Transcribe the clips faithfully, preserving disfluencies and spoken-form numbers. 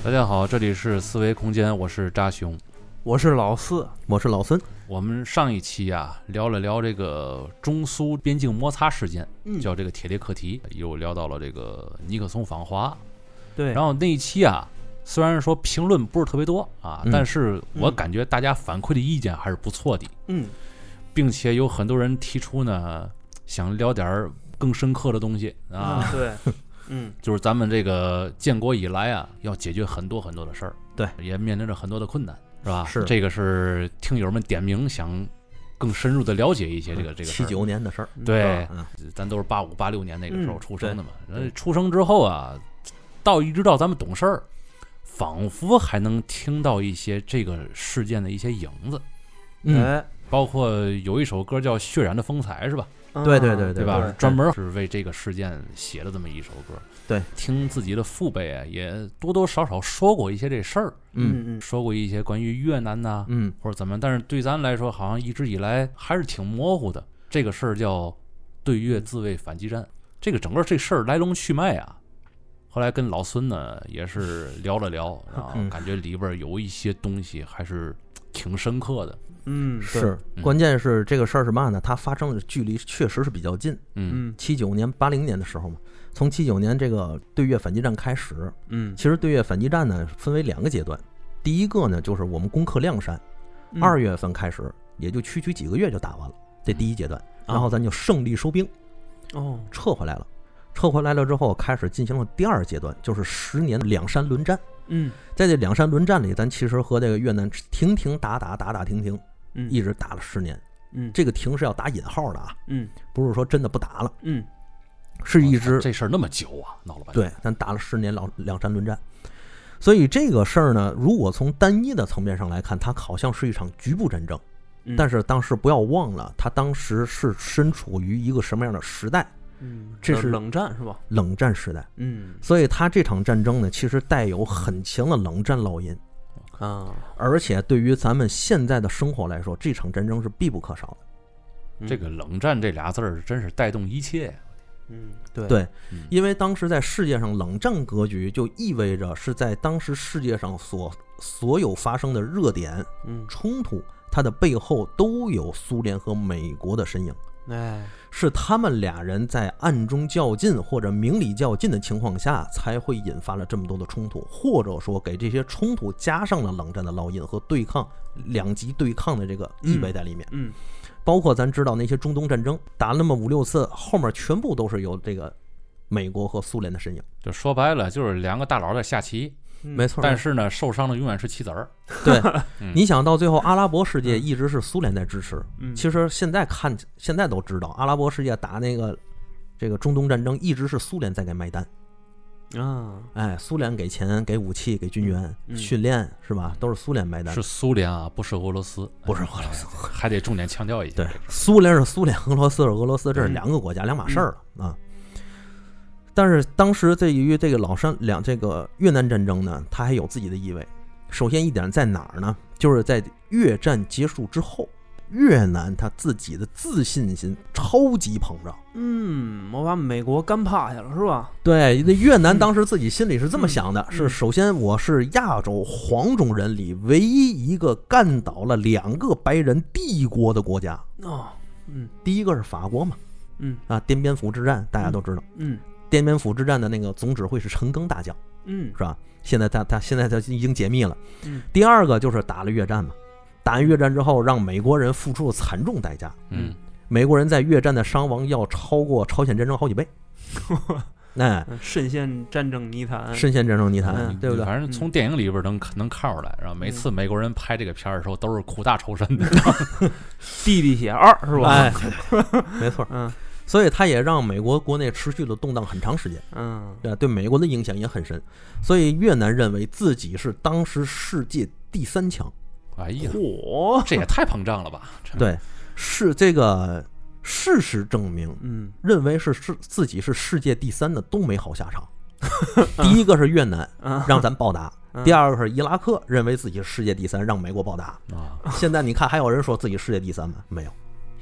大家好，这里是思维空间，我是扎熊， 我是老四， 我是老孙。 我们上一期啊聊了聊这个中苏边境摩擦事件，嗯、叫这个铁列课题，又聊到了这个尼克松访华。 对， 然后那一期啊，虽然说评论不是特别多啊，嗯、但是我感觉大家反馈的意见还是不错的， 嗯， 并且有很多人提出呢，想聊点更深刻的东西啊， 嗯、对。嗯， 就是咱们这个建国以来啊，要解决很多很多的事儿， 对， 也面临着很多的困难，是吧？ 是， 这个是听友们点名想更深入的了解一些这个、嗯、这个七九年的事儿， 对， 嗯、 咱都是八五八六年那个时候出生的嘛。 嗯、 出生之后啊，到一直到咱们懂事儿，仿佛还能听到一些这个事件的一些影子， 嗯， 包括有一首歌叫《血染的风采》，是吧？ 对对对对吧？专门是为这个事件写了这么一首歌。 对， 听自己的父辈啊，也多多少少说过一些这事儿， 嗯嗯， 说过一些关于越南呐、啊， 嗯， 或者怎么，但是对咱来说，好像一直以来还是挺模糊的。这个事儿叫对越自卫反击战，这个整个这事儿来龙去脉啊，后来跟老孙呢也是聊了聊，然后感觉里边有一些东西还是挺深刻的。 嗯， 是，关键是这个事儿是嘛呢？它发生的距离确实是比较近。 嗯， 七九年、八零年的时候嘛，从七九年这个对越反击战开始， 嗯， 其实对越反击战呢分为两个阶段。第一个呢就是我们攻克谅山，二、嗯、月份开始，也就区区几个月就打完了，这第一阶段，然后咱就胜利收兵， 哦， 撤回来了。撤回来了之后，开始进行了第二阶段，就是十年两山轮战。 嗯， 在这两山轮战里，咱其实和这个越南停停打打打打停停。 嗯， 一直打了十年， 嗯， 这个停是要打引号的啊， 嗯， 不是说真的不打了， 嗯， 是一直、 哦、这事儿那么久啊，闹了半天， 对，咱打了十年两两山轮战，所以这个事儿呢，如果从单一的层面上来看，它好像是一场局部战争， 嗯、 但是当时不要忘了，它当时是身处于一个什么样的时代？ 嗯， 这是冷战是吧？ 冷战时代， 嗯， 所以它这场战争呢，其实带有很强的冷战烙印。 啊， 而且对于咱们现在的生活来说，这场战争是必不可少的。 嗯、这个冷战这俩字儿真是带动一切。 嗯，对对，因为当时在世界上冷战格局就意味着是在当时世界上所所有发生的热点、 嗯冲突，它的背后都有苏联和美国的身影。 哎， 是他们俩人在暗中较劲或者明里较劲的情况下，才会引发了这么多的冲突，或者说给这些冲突加上了冷战的烙印和对抗两极对抗的这个意味在里面。 嗯， 包括咱知道那些中东战争打了那么五六次，后面全部都是有这个美国和苏联的身影。 就说白了，就是两个大佬在下棋。 没错， 但是呢，受伤的永远是棋子儿。 对，嗯、你想到最后，阿拉伯世界一直是苏联在支持。 嗯， 其实现在看，现在都知道，阿拉伯世界打那个这个中东战争，一直是苏联在给买单。 啊， 哎，苏联给钱、给武器、给军援、 嗯、 训练，是吧？都是苏联买单。 是苏联啊，不是俄罗斯， 不是俄罗斯， 哎、还得重点强调一下。 对，苏联是苏联，俄罗斯是俄罗斯，这是两个国家、嗯、两码事儿了、嗯、啊。但是当时对于这个老山两这个越南战争呢，它还有自己的意味。首先一点在哪儿呢？就是在越战结束之后，越南他自己的自信心超级膨胀。 嗯，我把美国干趴下了，是吧？ 对，那越南当时自己心里是这么想的： 嗯、 是首先我是亚洲黄种人里唯一一个干倒了两个白人帝国的国家。 哦，嗯， 第一个是法国嘛， 嗯啊，奠边府之战大家都知道， 嗯。 奠边府之战的那个总指挥是陈赓大将， 嗯， 是吧？现在他他现在他已经解密了。 嗯， 第二个就是打了越战嘛，打完越战之后，让美国人付出了惨重代价。 嗯， 美国人在越战的伤亡要超过朝鲜战争好几倍。哎， 深陷战争泥潭， 深陷战争泥潭， 嗯、 对不对？ 反正从电影里边能能看出来，然后每次美国人拍这个片儿的时候都是苦大仇深的， 弟弟血二是吧？ 哎，没错， 嗯。 所以它也让美国国内持续的动荡很长时间， 嗯， 对，对美国的影响也很深。所以越南认为自己是当时世界第三强。 哎呀， 嚯， 这也太膨胀了吧？ 对，是这个事实证明， 嗯， 认为是是自己是世界第三的都没好下场。第一个是越南，让咱报答；第二个是伊拉克，认为自己是世界第三，让美国报答。啊，现在你看还有人说自己世界第三吗？没有。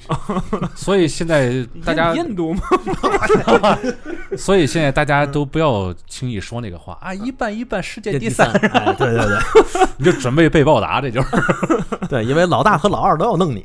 所以现在大家， 印度吗？ 所以现在大家都不要轻易说那个话啊，一半一半，世界第三， 哎，对对对， 你就准备被暴打，这就是对，因为老大和老二都要弄你。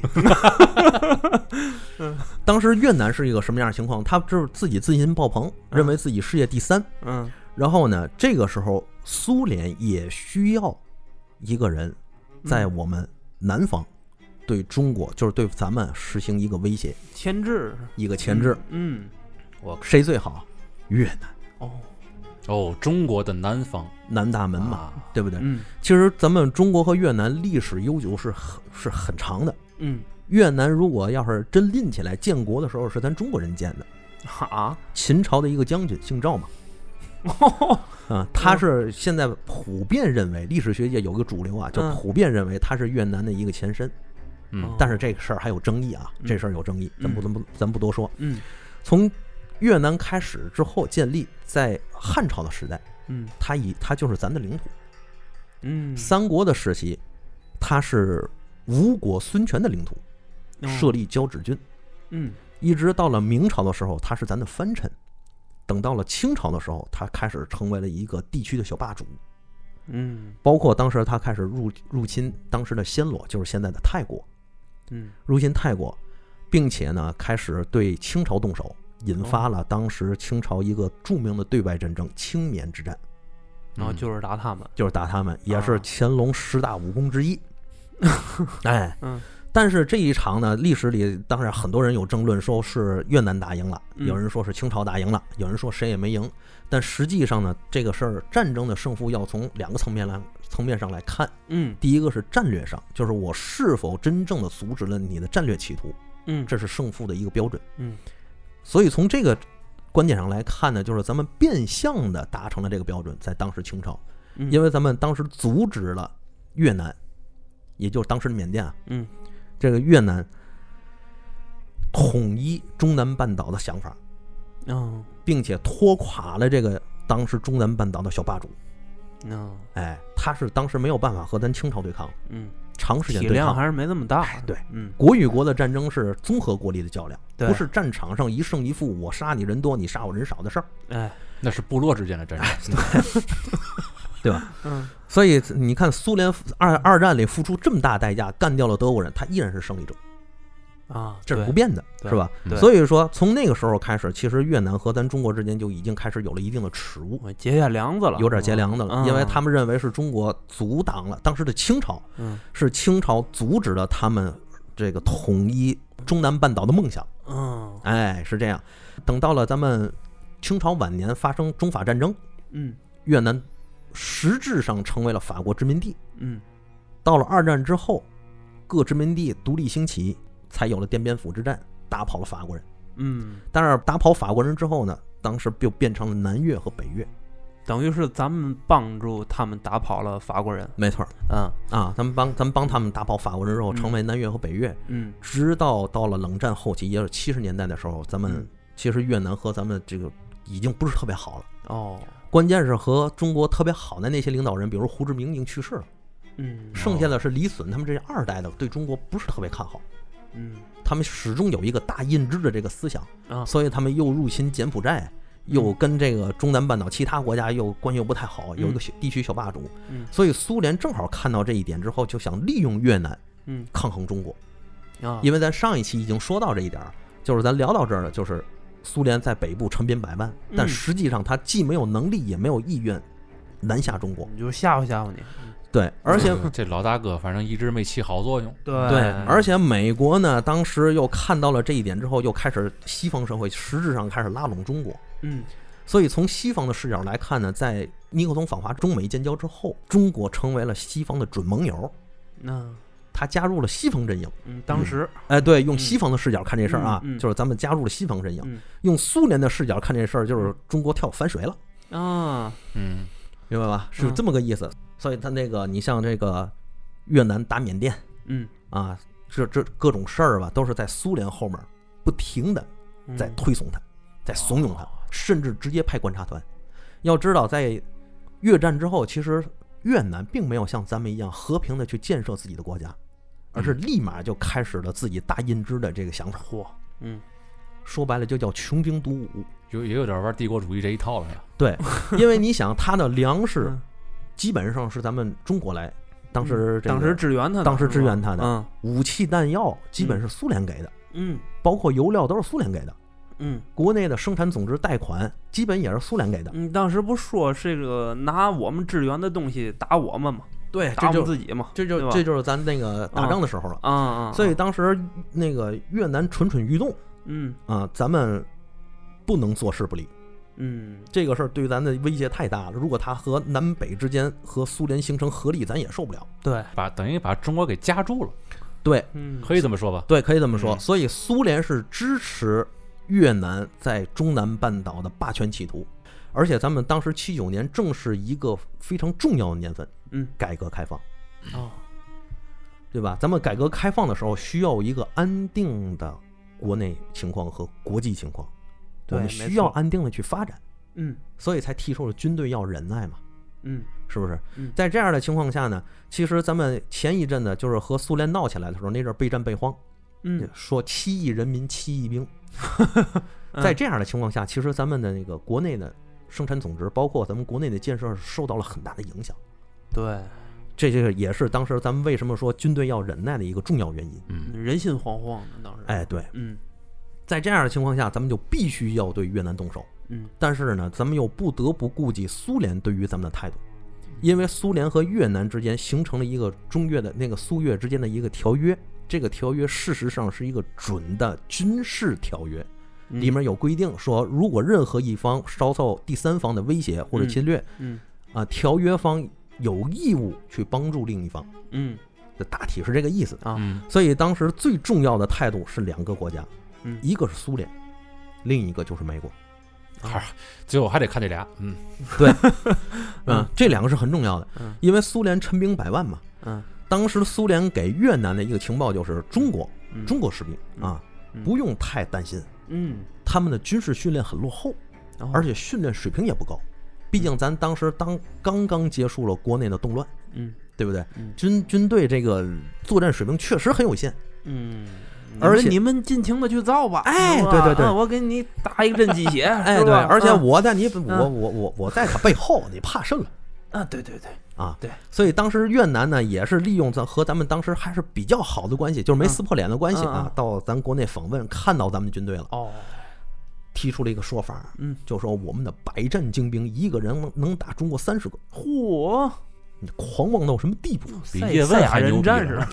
当时越南是一个什么样的情况？他就是自己自信爆棚，认为自己世界第三。 嗯， 然后呢，这个时候苏联也需要一个人在我们南方对中国，就是对咱们实行一个威胁， 牵制， 一个牵制。 嗯， 我谁最好？越南。 哦哦，中国的南方南大门嘛， 啊对不对？ 嗯其实咱们中国和越南历史悠久是很是很长的。 嗯， 越南如果要是真拎起来，建国的时候是咱中国人建的， 哈， 秦朝的一个将军姓赵嘛。啊，他是现在普遍认为，历史学界有个主流啊，就普遍认为他是越南的一个前身。 嗯但是这个事儿还有争议啊， 嗯这事儿有争议，咱不咱不咱不多说。 嗯从越南开始之后建立，在汉朝的时代， 嗯它以它就是咱的领土。 嗯， 三国的时期，它是吴国孙权的领土，设立交趾郡。 嗯一直到了明朝的时候，它是咱的藩臣。等到了清朝的时候，它开始成为了一个地区的小霸主。 嗯包括当时他开始入入侵当时的暹罗，就是现在的泰国， 嗯入侵泰国，并且呢开始对清朝动手，引发了当时清朝一个著名的对外战争——清缅之战， 然后就是打他们， 就是打他们，也是乾隆十大武功之一。哎， 嗯但是这一场呢，历史里当然很多人有争论，说是越南打赢了， 嗯有人说是清朝打赢了，有人说谁也没赢。但实际上呢，这个事儿战争的胜负要从两个层面来层面上来看。 嗯第一个是战略上，就是我是否真正的阻止了你的战略企图， 嗯， 这是胜负的一个标准。 嗯所以从这个观点上来看呢，就是咱们变相的达成了这个标准，在当时清朝， 嗯因为咱们当时阻止了越南，也就是当时的缅甸啊， 嗯这个越南统一中南半岛的想法， 哦并且拖垮了这个当时中南半岛的小霸主。 哦哎，他是当时没有办法和咱清朝对抗， 嗯， 长时间对抗。 体量还是没那么大。 对， 嗯国与国的战争是综合国力的较量， 对不是战场上一胜一负，我杀你人多，你杀我人少的事儿， 哎那是部落之间的战争， 对吧？ 嗯所以你看，苏联二二战里付出这么大代价干掉了德国人，他依然是胜利者， 啊， 这是对不变的， 对是吧？ 对所以说，从那个时候开始，其实越南和咱中国之间就已经开始有了一定的耻辱， 我结下梁子了， 有点结梁子了， 嗯因为他们认为是中国阻挡了当时的清朝， 嗯是清朝阻止了他们这个统一中南半岛的梦想。 嗯哎，是这样。等到了咱们清朝晚年发生中法战争， 嗯越南实质上成为了法国殖民地。 嗯到了二战之后，各殖民地独立兴起，才有了奠边府之战，打跑了法国人。 嗯， 但是打跑法国人之后呢，当时就变成了南越和北越。 等于是咱们帮助他们打跑了法国人。 没错嗯啊，咱们帮咱们帮他们打跑法国人之后， 嗯成为南越和北越。 嗯直到到了冷战后期，也就是七十年代的时候，咱们嗯其实越南和咱们这个已经不是特别好了。 哦关键是和中国特别好的那些领导人，比如胡志明已经去世了， 嗯剩下的是李隼他们这二代的，对中国不是特别看好。 嗯他们始终有一个大印支的这个思想， 啊所以他们又入侵柬埔寨，又跟这个中南半岛其他国家又关系又不太好，有一个小地区小霸主。 嗯所以苏联正好看到这一点之后，就想利用越南嗯抗衡中国。 啊， 因为咱上一期已经说到这一点儿，就是咱聊到这儿了，就是苏联在北部陈兵百万，但嗯实际上他既没有能力，也没有意愿南下中国。 你就吓唬吓唬你。 对，而且这老大哥反正一直没起好作用。 对对，而且美国呢，当时又看到了这一点之后，又开始西方社会实质上开始拉拢中国。 嗯所以从西方的视角来看呢，在尼克松访华中美建交之后，中国成为了西方的准盟友， 那他加入了西方阵营。 嗯当时哎，对，用西方的视角看这事儿啊， 嗯嗯嗯就是咱们加入了西方阵营； 嗯用苏联的视角看这事儿，就是中国跳反水了， 啊嗯明白吧？是这么个意思。所以他那个，你像这个越南打缅甸嗯啊，这这各种事儿吧，都是在苏联后面不停的嗯在推送他，在怂恿他，甚至直接派观察团。要知道，在越战之后，其实越南并没有像咱们一样和平的去建设自己的国家， 而是立马就开始了自己大印支的这个想法。 嚯，嗯， 说白了就叫穷兵黩武， 有也有点玩帝国主义这一套了呀。 对，因为你想，他的粮食基本上是咱们中国来，当时、这个、 当时支援他的， 当时支援他的， 嗯， 武器弹药基本是苏联给的， 嗯， 包括油料都是苏联给的， 嗯， 国内的生产总值贷款基本也是苏联给的。 嗯，当时不说这个拿我们支援的东西打我们吗？ 对， 打我这就们自己嘛， 这就这就是咱那个打仗的时候了啊啊！ 所以当时那个越南蠢蠢欲动， 嗯啊，咱们不能坐视不理。 嗯， 这个事儿对咱的威胁太大了。如果他和南北之间和苏联形成合力，咱也受不了。 对， 把等于把中国给夹住了。 对， 嗯， 可以这么说吧？ 对，可以这么说。 嗯、 所以苏联是支持越南在中南半岛的霸权企图。而且咱们当时七九年正是一个非常重要的年份， 嗯， 改革开放， 哦， 对吧？咱们改革开放的时候需要一个安定的国内情况和国际情况，我们需要安定的去发展， 嗯， 所以才提出了军队要忍耐嘛， 嗯， 是不是？ 嗯， 在这样的情况下呢，其实咱们前一阵呢，就是和苏联闹起来的时候，那阵备战备荒， 嗯， 说七亿人民七亿兵，在这样的情况下，其实咱们的那个国内的生产总值，包括咱们国内的建设，受到了很大的影响。 对， 这个也是当时咱们为什么说军队要忍耐的一个重要原因。 嗯，人心惶惶的当时。 哎，对， 嗯， 在这样的情况下，咱们就必须要对越南动手。 嗯， 但是呢，咱们又不得不顾及苏联对于咱们的态度，因为苏联和越南之间形成了一个中越的那个苏越之间的一个条约，这个条约事实上是一个准的军事条约。里面有规定说，如果任何一方遭受第三方的威胁或者侵略， 嗯， 啊，条约方有义务去帮助另一方， 嗯， 这大体是这个意思啊。 嗯， 所以当时最重要的态度是两个国家， 嗯， 一个是苏联，另一个就是美国。 啊，最后还得看这俩，嗯， 对，嗯，这两个是很重要的， 嗯， 因为苏联陈兵百万嘛， 嗯， 当时苏联给越南的一个情报就是中国， 嗯、 中国士兵啊， 嗯、 不用太担心。 嗯， 他们的军事训练很落后， 哦、 而且训练水平也不高。毕竟咱当时当刚刚结束了国内的动乱， 嗯， 对不对？ 嗯、 军军队这个作战水平确实很有限， 嗯， 而且你们尽情的去造吧， 哎，对对对， 啊、我给你打一个针鸡血， 哎，对，而且我在你、 嗯、 我我我我在他背后，你怕甚了？ 啊，对对对， 啊， 对， 所以当时越南呢也是利用咱和咱们当时还是比较好的关系，就是没撕破脸的关系啊， 嗯、 到咱国内访问，看到咱们军队了， 哦。 提出了一个说法， 嗯， 就说我们的百战精兵一个人能能打中国三十个， 嚯， 你狂妄到什么地步？ 比叶问还牛逼呢，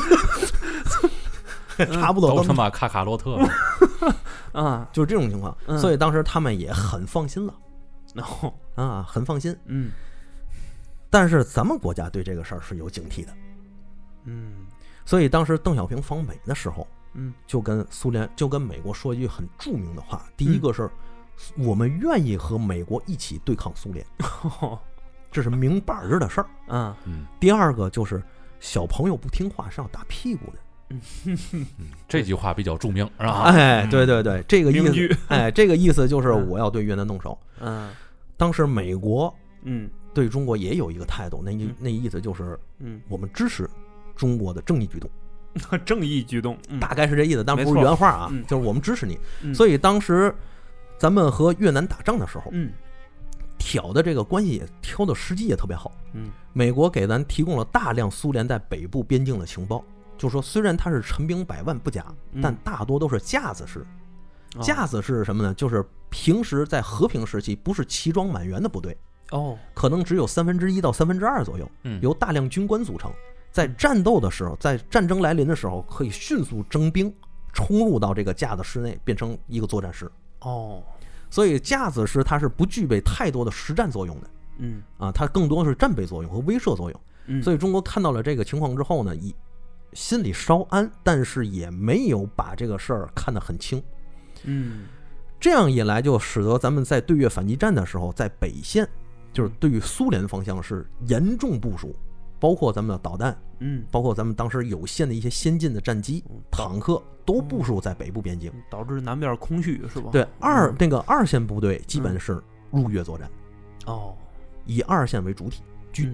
差不多都他妈卡卡洛特了啊， 就是这种情况， 嗯、 所以当时他们也很放心了， 哦、 啊，很放心， 嗯， 但是咱们国家对这个事儿是有警惕的， 嗯， 所以当时邓小平访美的时候。 嗯， 就跟苏联就跟美国说一句很著名的话，第一个是，嗯、我们愿意和美国一起对抗苏联， 哦、 这是明摆着的事儿。 嗯嗯。 第二个就是小朋友不听话是要打屁股的。 嗯，这句话比较著名，是吧？ 哎，对对对，这个意思， 哎，这个意思就是我要对越南动手。 嗯， 当时美国嗯对中国也有一个态度，那那意思就是， 嗯， 我们支持中国的正义举动。 正义举动，嗯、 大概是这意思，但不是原话啊， 嗯、 就是我们支持你。 嗯、 所以当时咱们和越南打仗的时候， 嗯， 挑的这个关系也挑的时机也特别好。 嗯， 美国给咱提供了大量苏联在北部边境的情报，就说虽然它是陈兵百万不假， 嗯、 但大多都是架子式。 哦、 架子式是什么呢？就是平时在和平时期不是齐装满员的部队， 哦， 可能只有三分之一到三分之二左右， 嗯， 由大量军官组成。在战斗的时候，在战争来临的时候，可以迅速征兵，冲入到这个架子师内，变成一个作战师。 哦， 所以架子师它是不具备太多的实战作用的。 嗯， 啊，它更多是战备作用和威慑作用。 嗯， 所以中国看到了这个情况之后呢，以心里稍安，但是也没有把这个事儿看得很轻。 嗯， 这样一来，就使得咱们在对越反击战的时候，在北线，就是对于苏联方向是严重部署。包括咱们的导弹， 嗯， 包括咱们当时有限的一些先进的战机、坦克，都部署在北部边境， 导致南边空虚，是吧？ 对，二那个二线部队基本是入越作战， 哦， 以二线为主体居多，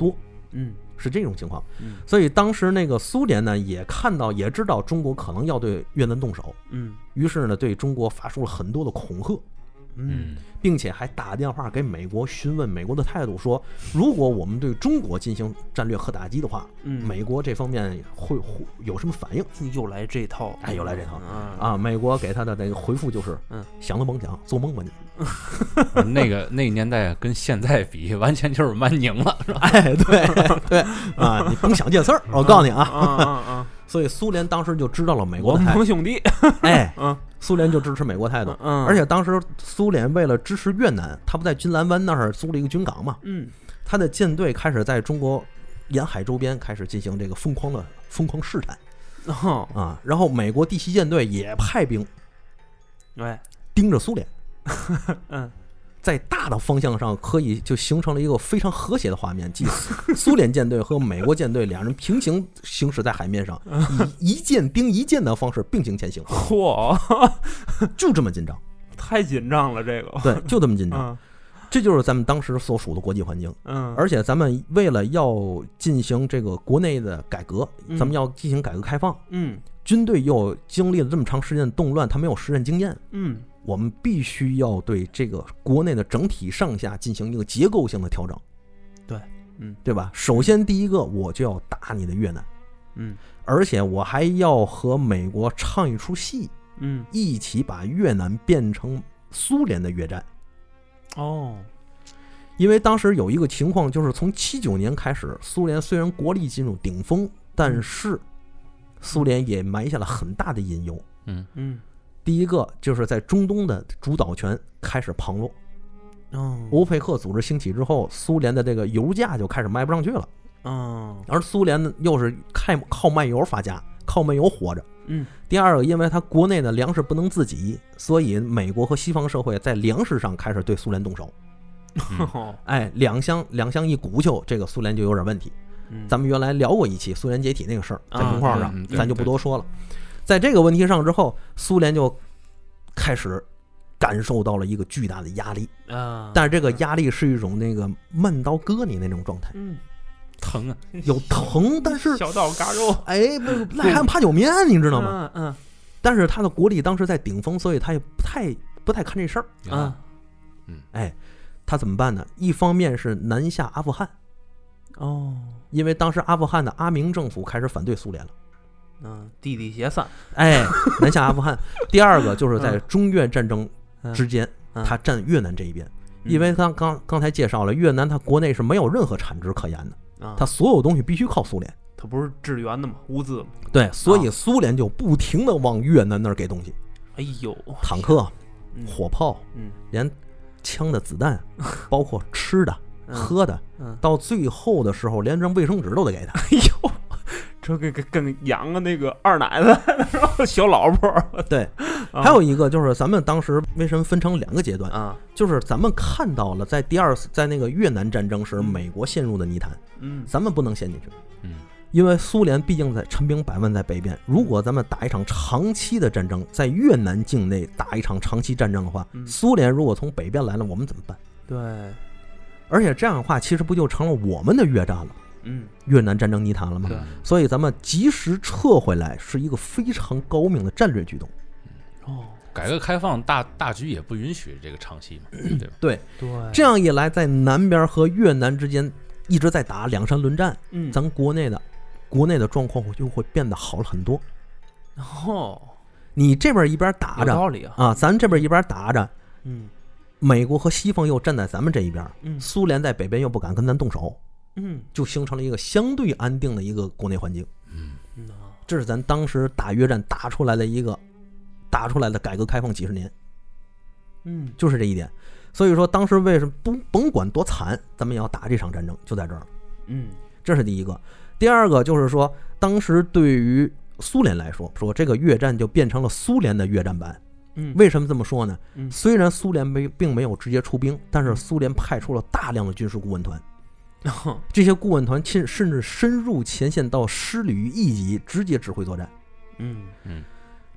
嗯， 是这种情况。 嗯， 所以当时那个苏联呢，也看到也知道中国可能要对越南动手， 嗯， 于是呢对中国发出了很多的恐吓， 嗯， 并且还打电话给美国询问美国的态度，说如果我们对中国进行战略核打击的话， 嗯， 美国这方面会会有什么反应？ 又来这套， 哎，又来这套啊啊！美国给他的那个回复就是， 嗯， 想都甭想，做梦吧你！ 那个那个年代跟现在比，完全就是蛮拧了，是吧？ 哎，对对啊，你甭想这事儿，我告诉你啊， 啊啊啊！ 所以苏联当时就知道了美国我的态度， 盟兄弟， 哎， 嗯， 苏联就支持美国态度， 嗯， 而且当时苏联为了支持越南，他不在金兰湾那儿租了一个军港嘛， 嗯， 他的舰队开始在中国沿海周边开始进行这个疯狂的疯狂试探哦， 啊，然后美国第七舰队也派兵哎， 盯着苏联， 嗯， 在大的方向上可以就形成了一个非常和谐的画面，即苏联舰队和美国舰队两人平行行驶在海面上，以一舰盯一舰的方式并行前行， 嚯， 就这么紧张， 太紧张了，这个， 对，就这么紧张， 嗯这就是咱们当时所属的国际环境。 嗯， 而且咱们为了要进行这个国内的改革，咱们要进行改革开放， 嗯军队又经历了这么长时间的动乱，他没有实战经验， 嗯我们必须要对这个国内的整体上下进行一个结构性的调整， 对，嗯对吧？首先第一个，我就要打你的越南， 嗯而且我还要和美国唱一出戏， 嗯， 一起把越南变成苏联的越战。 哦， 因为当时有一个情况，就是从七九年开始，苏联虽然国力进入顶峰，但是苏联也埋下了很大的隐忧。 嗯嗯， 第一个就是在中东的主导权开始旁落， 哦， 欧佩克组织兴起之后，苏联的这个油价就开始卖不上去了， 哦， 而苏联呢又是靠靠卖油发家，靠卖油活着。 嗯， 第二个，因为它国内的粮食不能自给，所以美国和西方社会在粮食上开始对苏联动手。 哦哎，两相两相一鼓秋，这个苏联就有点问题。 嗯咱们原来聊过一期苏联解体那个事儿，在啊公号上嗯，对咱就不多说了。在这个问题上之后，苏联就开始感受到了一个巨大的压力， 啊， 但是这个压力是一种那个慢刀割你那种状态， 嗯， 疼啊！ 有疼，但是小刀嘎肉， 哎，不癞汉怕酒面，你知道吗？ 嗯但是他的国力当时在顶峰，所以他也不太不太看这事儿。 嗯哎，他怎么办呢？一方面是南下阿富汗， 哦， 因为当时阿富汗的阿明政府开始反对苏联了。 嗯，弟弟携伞， 哎，南下阿富汗。第二个就是在中越战争之间， 嗯他站越南这一边，因为刚刚刚才介绍了，越南它国内是没有任何产值可言的， 啊， 它所有东西必须靠苏联。 他不是支援的吗？物资吗？ 对，所以苏联就不停的往越南那儿给东西， 哎呦， 坦克、 嗯火炮， 嗯连枪的子弹，包括吃的、 嗯喝的， 嗯， 到最后的时候，连张卫生纸都得给他。 哎呦，这跟跟跟养个那个二奶奶，然后小老婆儿， 对， 啊还有一个就是咱们当时为什么分成两个阶段？ 啊， 就是咱们看到了，在第二次在那个越南战争时，美国陷入的泥潭， 嗯咱们不能陷进去。 嗯， 因为苏联毕竟在陈兵百万在北边，如果咱们打一场长期的战争，在越南境内打一场长期战争的话， 嗯苏联如果从北边来了，我们怎么办？ 对， 而且这样的话，其实不就成了我们的越战了吗？ 嗯越南战争泥潭了吗对？ 所以咱们及时撤回来，是一个非常高明的战略举动。 哦， 改革开放大大局也不允许这个长期嘛，对吧？ 对， 对， 这样一来，在南边和越南之间一直在打两山轮战， 嗯， 咱国内的国内的状况就会变得好了很多。 哦， 你这边一边打着有道理啊， 啊，咱这边一边打着， 嗯美国和西方又站在咱们这一边， 嗯苏联在北边又不敢跟咱动手， 嗯就形成了一个相对安定的一个国内环境。 嗯这是咱当时打越战打出来的一个打出来的改革开放几十年， 嗯就是这一点。所以说当时为什么不甭管多惨，咱们也要打这场战争，就在这儿了。 嗯这是第一个。第二个就是说，当时对于苏联来说，说这个越战就变成了苏联的越战版。 嗯， 为什么这么说呢？ 嗯虽然苏联没并没有直接出兵，但是苏联派出了大量的军事顾问团， 哦这些顾问团甚甚至深入前线到师旅一级，直接指挥作战。 嗯嗯，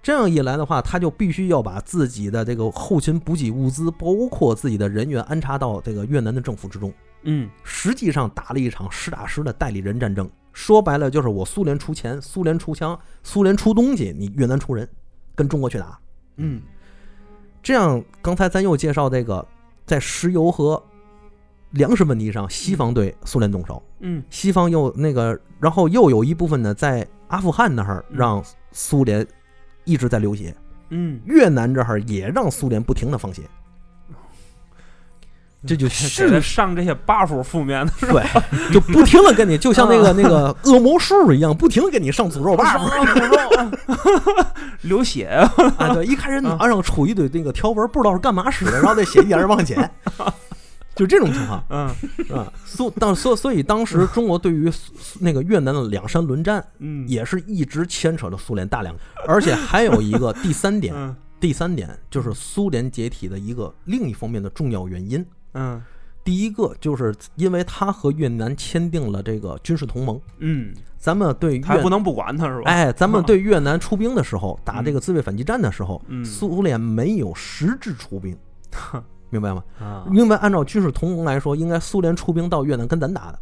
这样一来的话，他就必须要把自己的这个后勤补给物资，包括自己的人员安插到这个越南的政府之中。 嗯， 实际上打了一场实打实的代理人战争。说白了就是我苏联出钱，苏联出枪，苏联出东西，你越南出人，跟中国去打。 嗯， 这样刚才咱又介绍这个，在石油和粮食问题上，西方对苏联动手。 嗯， 西方又那个，然后又有一部分呢，在阿富汗那儿让苏联一直在流血。 嗯， 越南这儿也让苏联不停的放血。这就是上这些 buff 负面的， 对，就不停的跟你，就像那个那个恶魔术一样，不停的给你上诅咒 buff， 流血啊！对，一看人脑上出一堆那个条纹，不知道是干嘛使的，然后再写一点往前，就这种情况。 嗯啊，所当所所以当时中国对于那个越南的两山轮战， 嗯， 也是一直牵扯着苏联大量，而且还有一个第三点，第三点就是苏联解体的一个另一方面的重要原因。 嗯， 第一个就是因为他和越南签订了这个军事同盟， 嗯， 咱们对越还不能不管他是吧？ 哎，咱们对越南出兵的时候，打这个自卫反击战的时候， 嗯、 苏联没有实质出兵，明白吗？ 啊， 因为按照军事同盟来说，应该苏联出兵到越南跟咱打的。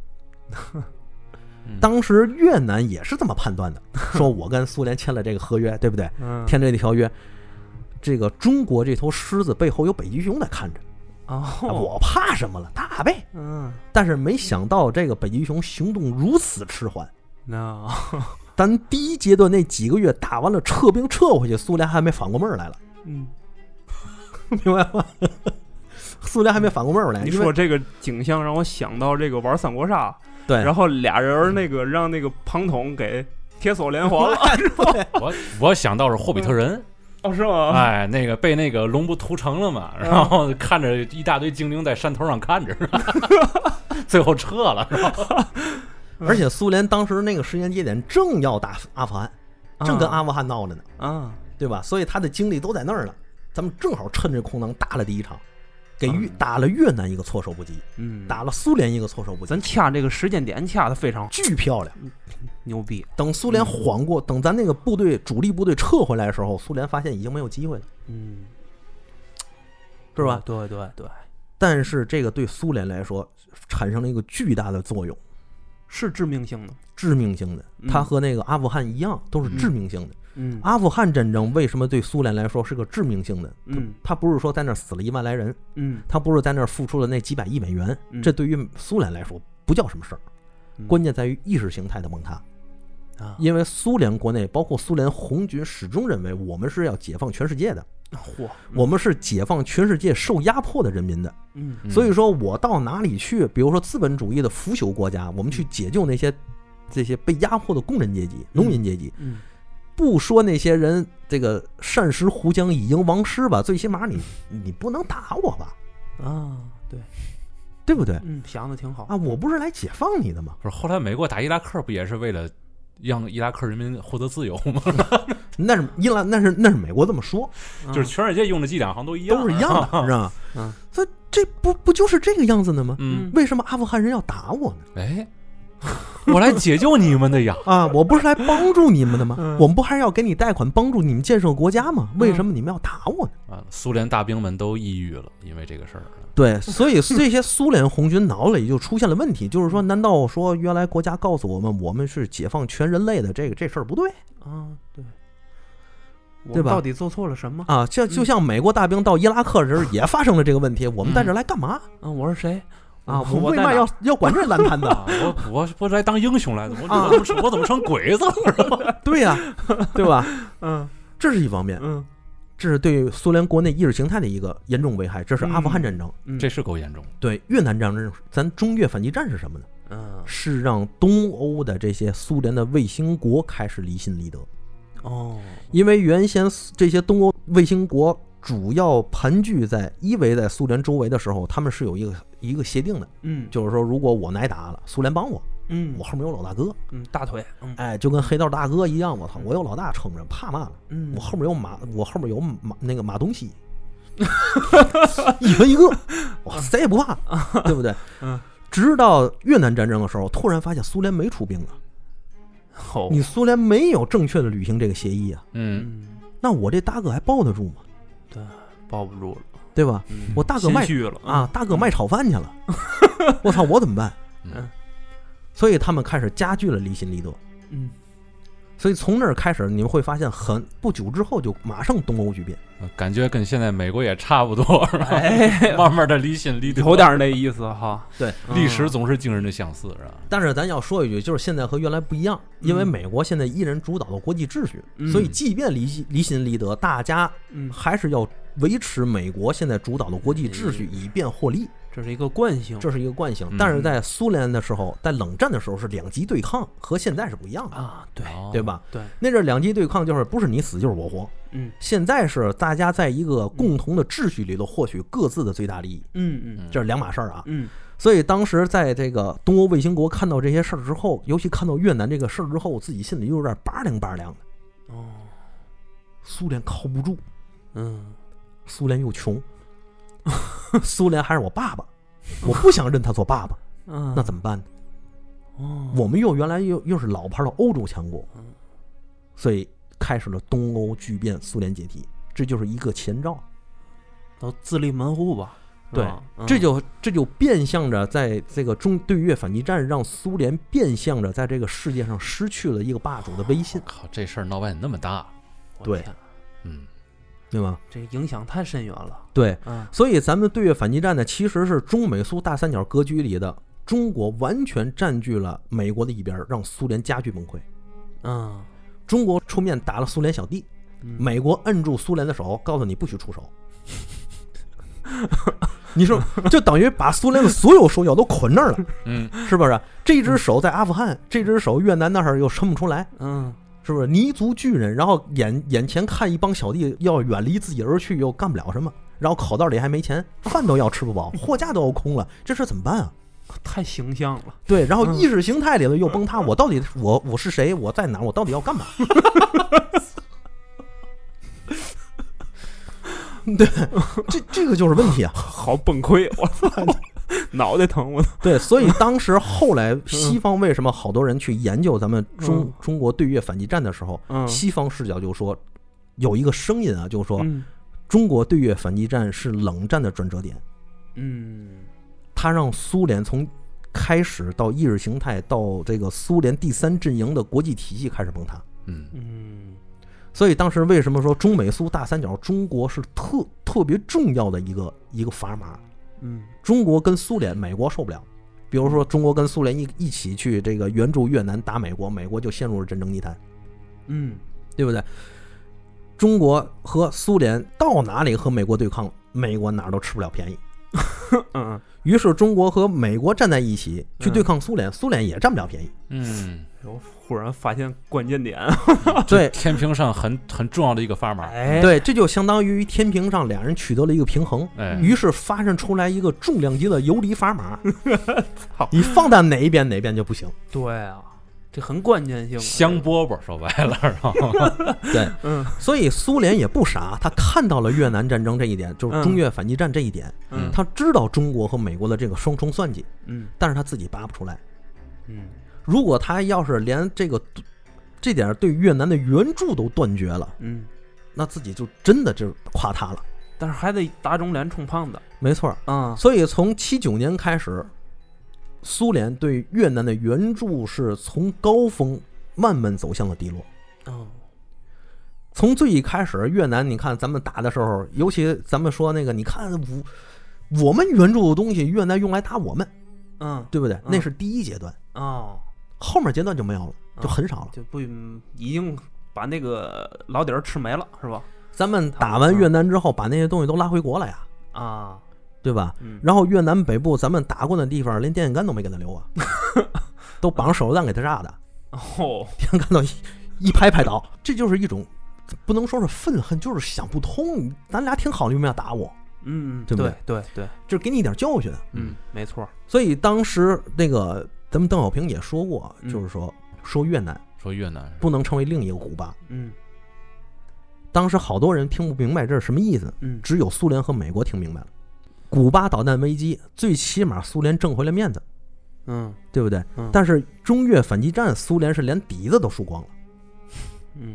当时越南也是这么判断的，说我跟苏联签了这个合约，对不对？ 嗯， 签这个条约，这个中国这头狮子背后有北极熊在看着。 哦， 我怕什么了？打呗。 嗯， 但是没想到这个北极熊行动如此迟缓。 那咱第一阶段那几个月打完了，撤兵撤回去，苏联还没反过味儿来了。 嗯， 明白吗？苏联还没反过味儿来。 你说这个景象让我想到这个玩三国杀， 对， 然后俩人那个让那个庞统给铁索连环了。 我我想到是霍比特人。 哦，是吗？ 哎，那个被那个龙不屠城了嘛，然后看着一大堆精灵在山头上看着，最后撤了，是吧？ 而且苏联当时那个时间节点正要打阿富汗，正跟阿富汗闹着呢，啊，对吧？所以他的精力都在那儿了，咱们正好趁这空档打了第一场，给越打了越南一个措手不及，嗯，打了苏联一个措手不及。 咱掐这个时间点掐的非常巨漂亮。 牛逼！ 等苏联缓过，等咱那个部队主力部队撤回来的时候，苏联发现已经没有机会了， 嗯， 是吧？ 对对对。 但是这个对苏联来说产生了一个巨大的作用， 是致命性的， 致命性的。它和那个阿富汗一样，都是致命性的。 嗯， 阿富汗战争为什么对苏联来说是个致命性的？ 嗯， 他不是说在那儿死了一万来人， 嗯， 他不是在那儿付出了那几百亿美元， 嗯、 这对于苏联来说不叫什么事儿。 嗯、 关键在于意识形态的崩塌。 啊， 因为苏联国内包括苏联红军始终认为我们是要解放全世界的， 嚯， 我们是解放全世界受压迫的人民的。 嗯， 所以说我到哪里去，比如说资本主义的腐朽国家，我们去解救那些这些被压迫的工人阶级、农民阶级。 嗯， 不说那些人这个善食胡浆以迎王师吧，最起码你你不能打我吧？ 啊，对。 对不对？ 嗯，想的挺好啊！我不是来解放你的吗？ 不是，后来美国打伊拉克不也是为了让伊拉克人民获得自由吗？ 那是伊拉，那是那是美国这么说， 就是全世界用的伎俩好像都一样， 都是一样的，是吧？ 嗯， 所以这不不就是这个样子的吗？ 嗯， 为什么阿富汗人要打我呢？ 哎，我来解救你们的呀！ 啊，我不是来帮助你们的吗？ 嗯、 我们不还是要给你贷款，帮助你们建设国家吗？为什么你们要打我呢？ 啊，苏联大兵们都抑郁了，因为这个事儿。 对，所以这些苏联红军脑里就出现了问题，就是说，难道说原来国家告诉我们，我们是解放全人类的，这个这事儿不对啊？对， 对吧？ 到底做错了什么啊？就就像美国大兵到伊拉克时也发生了这个问题，我们在这来干嘛？ 啊，我是谁？ 啊，我为嘛要要管这烂摊子？ 我我我来当英雄来的，我我怎么我怎么成鬼子了？ 对呀，对吧？ 嗯， 这是一方面。 嗯。 这是对苏联国内意识形态的一个严重危害，这是阿富汗战争， 嗯、 这是够严重。 对越南战争，咱中越反击战是什么呢？ 嗯， 是让东欧的这些苏联的卫星国开始离心离德。 哦， 因为原先这些东欧卫星国主要盘踞在依偎在苏联周围的时候，他们是有一个一个协定的， 嗯， 就是说如果我挨打了，苏联帮我。 嗯， 我后面有老大哥， 嗯，大腿，嗯， 哎，就跟黑道大哥一样，我操，我有老大撑着，怕嘛了？ 嗯， 我后面有马，我后面有马那个马东锡，一人一个，哇，谁也不怕，对不对？ 嗯， 直到越南战争的时候，突然发现苏联没出兵啊， 哦， 你苏联没有正确的履行这个协议啊， 嗯， 那我这大哥还抱得住吗？ 对，抱不住了， 对吧？ 嗯、 我大哥卖心虚了啊，大哥卖炒饭去了，我操，我怎么办？ 嗯， 所以他们开始加剧了离心离德。 嗯， 所以从那儿开始，你们会发现很不久之后就马上东欧剧变， 感觉跟现在美国也差不多，是吧？ 哎， 慢慢的离心离德， 有点那意思哈。 对， 历史总是惊人的相似，是吧？ 但是咱要说一句，就是现在和原来不一样，因为美国现在依然主导了国际秩序， 嗯、 所以即便离心离心离德，大家还是要维持美国现在主导的国际秩序，以便获利。 这是一个惯性， 这是一个惯性。但是在苏联的时候，在冷战的时候是两极对抗，和现在是不一样的啊，对对吧？ 对， 那阵两极对抗就是不是你死就是我活， 嗯， 现在是大家在一个共同的秩序里头获取各自的最大利益， 嗯嗯， 这是两码事儿啊， 嗯。 所以当时在这个东欧卫星国看到这些事儿之后，尤其看到越南这个事儿之后，自己心里有点拔凉拔凉的。 哦， 苏联靠不住， 嗯， 苏联又穷，苏联还是我爸爸。我不想认他做爸爸， 嗯， 那怎么办呢？ 哦， 我们又原来又又是老牌的欧洲强国，所以开始了东欧剧变，苏联解体，这就是一个前兆。 都自立门户吧？ 对， 嗯、 这就这就变相着在这个中对越反击战，让苏联变相着在这个世界上失去了一个霸主的威信。 靠，这事儿闹半那么大， 对， 嗯。 对吗？ 这个影响太深远了。 对， 嗯， 所以咱们对越反击战呢，其实是中美苏大三角格局里的中国完全占据了美国的一边，让苏联加剧崩溃。 嗯， 中国出面打了苏联小弟， 嗯、 美国摁住苏联的手，告诉你不许出手。你说，就等于把苏联的所有手脚都捆那儿了， 嗯， 是不是？这只手在阿富汗，这只手越南那儿又伸不出来， 嗯。 是不是泥足巨人？然后眼眼前看一帮小弟要远离自己而去，又干不了什么，然后口袋里还没钱，饭都要吃不饱，货架都要空了，这事怎么办啊？ 太形象了。 对，然后意识形态里头又崩塌，我到底我我是谁？我在哪？我到底要干嘛？对，这这个就是问题啊！ 好崩溃，我操！脑袋疼我。 对，所以当时后来西方为什么好多人去研究咱们中、嗯、中国对越反击战的时候、嗯，西方视角就说有一个声音啊，就是说、嗯、中国对越反击战是冷战的转折点。 嗯， 它让苏联从开始到意识形态到这个苏联第三阵营的国际体系开始崩塌。 嗯嗯， 所以当时为什么说中美苏大三角，中国是特特别重要的一个一个砝码。 嗯， 中国跟苏联，美国受不了。比如说，中国跟苏联一一起去这个援助越南打美国，美国就陷入了战争泥潭。 嗯， 对不对？中国和苏联到哪里和美国对抗，美国哪儿都吃不了便宜。 嗯， 于是中国和美国站在一起去对抗苏联，嗯、苏联也占不了便宜。 嗯， 我忽然发现关键点， 对， 天平上很很重要的一个砝码。 哎， 对，这就相当于天平上两人取得了一个平衡， 哎、 于是发生出来一个重量级的游离砝码。你放在哪一边，哪边就不行。 对啊。这很关键性， 香饽饽说白了，是吧？ 对， 嗯， 所以苏联也不傻，他看到了越南战争这一点，就是中越反击战这一点， 嗯， 他知道中国和美国的这个双重算计， 嗯， 但是他自己拔不出来， 嗯， 如果他要是连这个这点对越南的援助都断绝了， 嗯， 那自己就真的就垮塌了。 但是还得打肿脸充胖子， 没错， 啊、嗯， 所以从七九年开始。苏联对越南的援助是从高峰慢慢走向了低落。 哦， 从最一开始，越南你看咱们打的时候，尤其咱们说那个，你看我我们援助的东西，越南用来打我们， 嗯， 对不对？ 嗯、 那是第一阶段。 哦， 后面阶段就没有了，就很少了， 就不已经把那个老底儿吃没了，是吧？ 咱们打完越南之后，把那些东西都拉回国了呀。 啊。 对吧、 嗯？ 然后越南北部咱们打过的地方，连电线杆都没给他留啊，都绑手榴弹给他炸的。 哦， 电线杆都一一拍拍倒，这就是一种不能说是愤恨，就是想不通，咱俩挺好，你为什么要打我？ 嗯， 对不对？ 对对对， 就是给你一点教训。 嗯，没错。 所以当时那个咱们邓小平也说过， 嗯、 就是说说越南， 说越南不能成为另一个古巴。 嗯。 当时好多人听不明白这是什么意思， 嗯， 只有苏联和美国听明白了。古巴导弹危机，最起码苏联挣回了面子， 嗯， 对不对？ 嗯、 但是中越反击战，苏联是连底子都输光了， 嗯，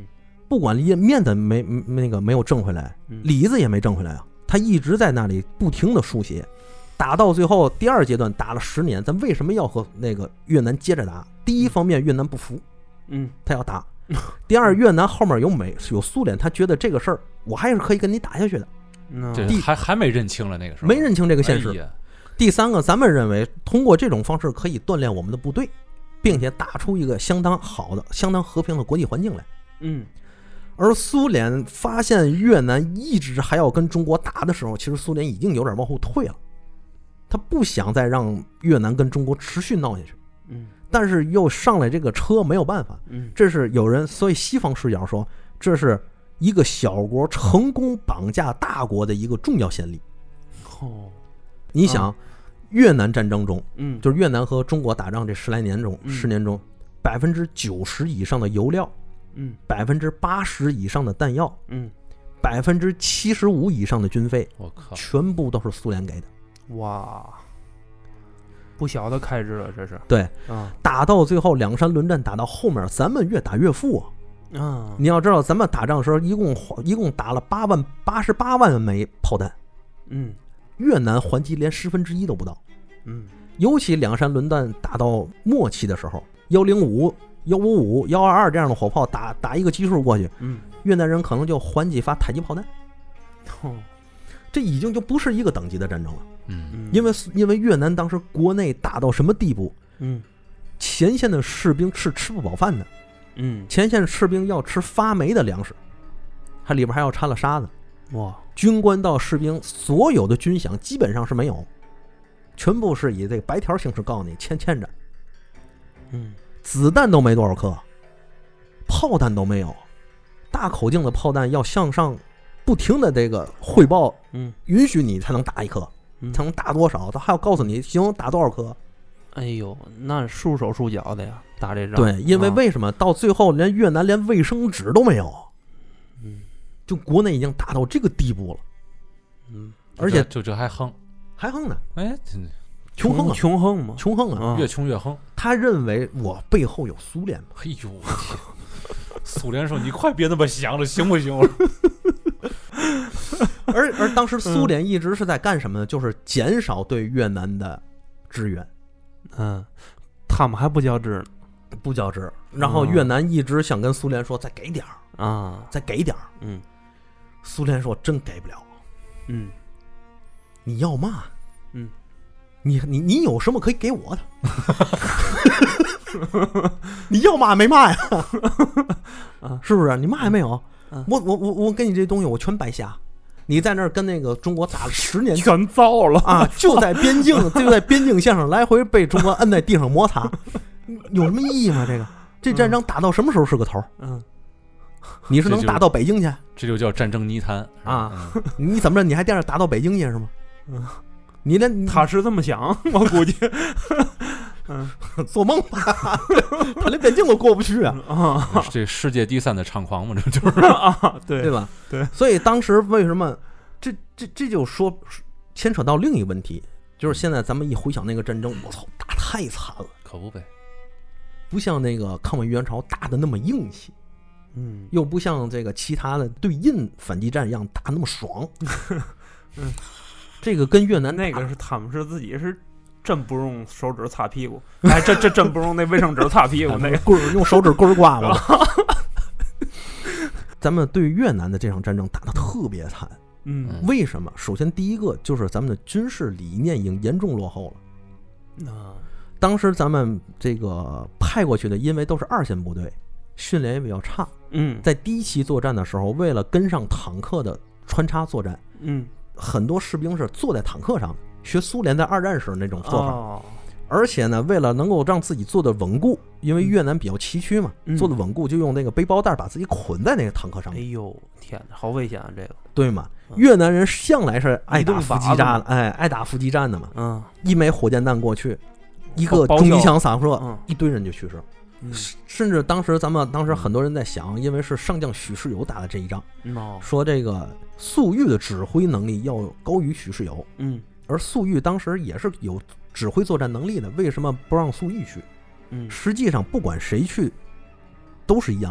不管面面子没那个没有挣回来，里子也没挣回来啊，他一直在那里不停的输血，打到最后第二阶段打了十年，咱为什么要和那个越南接着打？第一方面越南不服， 嗯， 他要打；第二越南后面有美有苏联，他觉得这个事儿我还是可以跟你打下去的， 这还还没认清了那个时候， 没认清这个现实。 哎、 第三个，咱们认为通过这种方式可以锻炼我们的部队，并且打出一个相当好的、相当和平的国际环境来。 嗯， 而苏联发现越南一直还要跟中国打的时候，其实苏联已经有点往后退了，他不想再让越南跟中国持续闹下去。 嗯， 但是又上来这个车没有办法。 嗯， 这是有人，所以西方视角说，这是一个小国成功绑架大国的一个重要先例。 哦， 你想，啊、越南战争中， 嗯， 就是越南和中国打仗这十来年中， 嗯、 十年中，百分之九十以上的油料， 嗯， 百分之八十以上的弹药， 嗯， 百分之七十五以上的军费， 我靠， 全部都是苏联给的。 哇！不小的开支了，这是对啊， 打到最后两山轮战打到后面，咱们越打越富啊！ 啊， 你要知道，咱们打仗的时候一共一共打了八万八十八万枚炮弹， 嗯， 越南还击连十分之一都不到， 嗯， 尤其两山轮弹打到末期的时候，幺零五、幺五五、幺二二这样的火炮打打一个基数过去， 嗯， 越南人可能就还几发迫击炮弹， 哦， 这已经就不是一个等级的战争了。 嗯， 因为因为越南当时国内打到什么地步？ 嗯， 前线的士兵是吃不饱饭的， 嗯， 前线士兵要吃发霉的粮食，它里边还要掺了沙子。 哇， 军官到士兵所有的军饷基本上是没有，全部是以这个白条形式告诉你欠欠着。 嗯， 子弹都没多少颗，炮弹都没有，大口径的炮弹要向上不停的这个汇报， 嗯， 允许你才能打一颗。 嗯、 才能打多少？他还要告诉你行打多少颗。 哎呦，那束手束脚的呀，打这仗。 对，因为为什么、啊、到最后连越南连卫生纸都没有？ 嗯， 就国内已经打到这个地步了。 嗯， 而且就这还横， 还横呢。 哎， 穷横、啊， 穷横嘛， 穷横啊， 越穷越横。 他认为我背后有苏联。 哎呦我天！苏联说：“你快别那么想了，行不行？” 而而当时苏联一直是在干什么呢？就是减少对越南的支援。 嗯，他们还不交支呢， 不交支。然后越南一直想跟苏联说：“再给点儿啊， 再给点儿。” 嗯， 苏联说：“真给不了。” 嗯， 你要嘛？ 嗯， 你你你有什么可以给我的？你要嘛没嘛呀？ 啊， 是不是？你嘛也没有。 啊、 我我我我给你这东西我全白瞎。你在那儿跟那个中国打了十年， 全糟了啊！就在边境，就在边境线上来回被中国摁在地上摩擦，有什么意义吗？这个这战争打到什么时候是个头？ 嗯， 你是能打到北京去？ 这就叫战争泥潭啊！你怎么着？你还惦着打到北京去是吗？ 嗯， 你连他是这么想，我估计，嗯， 做梦吧，他连边境都过不去啊！ 啊，这世界第三的猖狂嘛，这就是啊，对对吧？ 对， 所以当时为什么这这这就说牵扯到另一个问题，就是现在咱们一回想那个战争，我操，打太惨了， 可不呗， 不像那个抗美援朝打的那么硬气。 嗯， 又不像这个其他的对印反击战一样打那么爽。 嗯， 这个跟越南那个是他们是自己是真不用手指擦屁股，哎，这这真不用那卫生纸擦屁股，那个棍儿用手指棍儿刮吧。咱们对越南的这场战争打得特别惨。 嗯， 为什么？首先第一个就是咱们的军事理念已经严重落后了。 啊， 当时咱们这个派过去的，因为都是二线部队。训练也比较差， 嗯， 在第一期作战的时候，为了跟上坦克的穿插作战， 嗯， 很多士兵是坐在坦克上，学苏联在二战时那种做法。 哦， 而且呢，为了能够让自己做的稳固，因为越南比较崎岖嘛， 嗯、 做的稳固就用那个背包带把自己捆在那个坦克上。 哎呦，天哪，好危险啊！这个对嘛？越南人向来是爱打伏击战， 嗯、 哎，爱打伏击战的嘛。 嗯， 一枚火箭弹过去，一个重机枪扫射， 嗯、 一堆人就去世。 嗯、 甚至当时咱们当时很多人在想，因为是上将许世友打的这一仗， 嗯哦、 说这个粟裕的指挥能力要高于许世友， 嗯， 而粟裕当时也是有指挥作战能力的，为什么不让粟裕去？ 嗯， 实际上不管谁去都是一样的，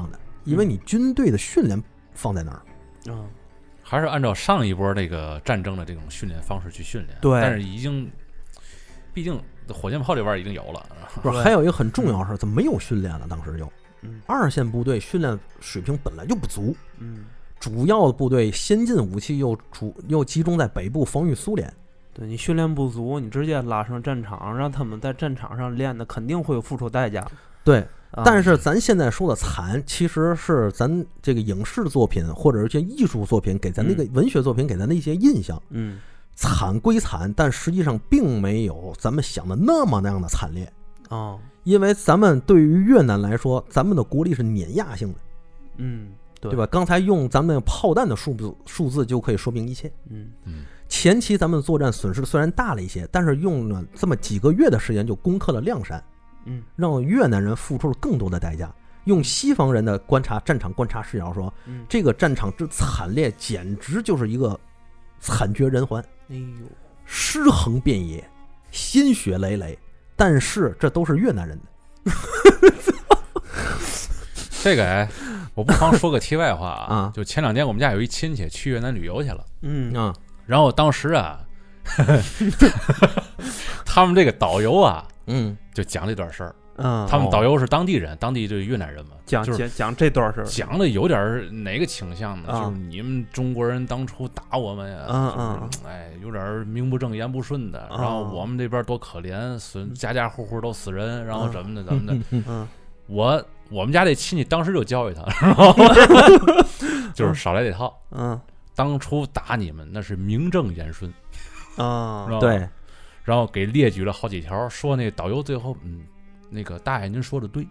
因为你军队的训练放在那儿。 嗯， 还是按照上一波那个战争的这种训练方式去训练。 对， 但是已经，毕竟火箭炮这边已经有了。 不是，还有一个很重要的事，怎么没有训练了？当时就， 嗯， 二线部队训练水平本来就不足， 嗯， 主要的部队先进武器又主又集中在北部防御苏联。 对你训练不足，你直接拉上战场，让他们在战场上练的，肯定会有付出代价。 对， 啊、 但是咱现在说的惨，其实是咱这个影视作品或者是些艺术作品给咱那个文学作品给咱的一些印象。 嗯， 惨归惨，但实际上并没有咱们想的那么那样的惨烈。 哦， 因为咱们对于越南来说，咱们的国力是碾压性的。 嗯，对， 对吧？刚才用咱们炮弹的数字数字就可以说明一切。 嗯嗯， 前期咱们作战损失虽然大了一些，但是用了这么几个月的时间就攻克了亮山， 嗯， 让越南人付出了更多的代价。用西方人的观察战场观察视角说， 嗯， 这个战场之惨烈，简直就是一个惨绝人寰， 哎呦， 尸横遍野，鲜血累累。但是这都是越南人的。 这个哎，我不妨说个题外话啊， 啊就前两天我们家有一亲戚去越南旅游去了， 嗯啊， 然后当时啊，他们这个导游啊， 嗯， 就讲这段事儿。 嗯， 他们导游是当地人，当地就是越南人嘛， 讲就是讲讲这段事儿， 讲的有点哪个倾向呢？ 啊就是你们中国人当初打我们呀， 嗯嗯就是哎，有点名不正言不顺的。然后我们这边多可怜，死家家户户都死人，然后怎么的怎么的。 嗯嗯， 我我们家这亲戚当时就教育他，然后就是少来这套。 嗯当初打你们那是名正言顺， 啊是，吧？ 对， 然后给列举了好几条，说那导游最后嗯。那个大爷，您说的对，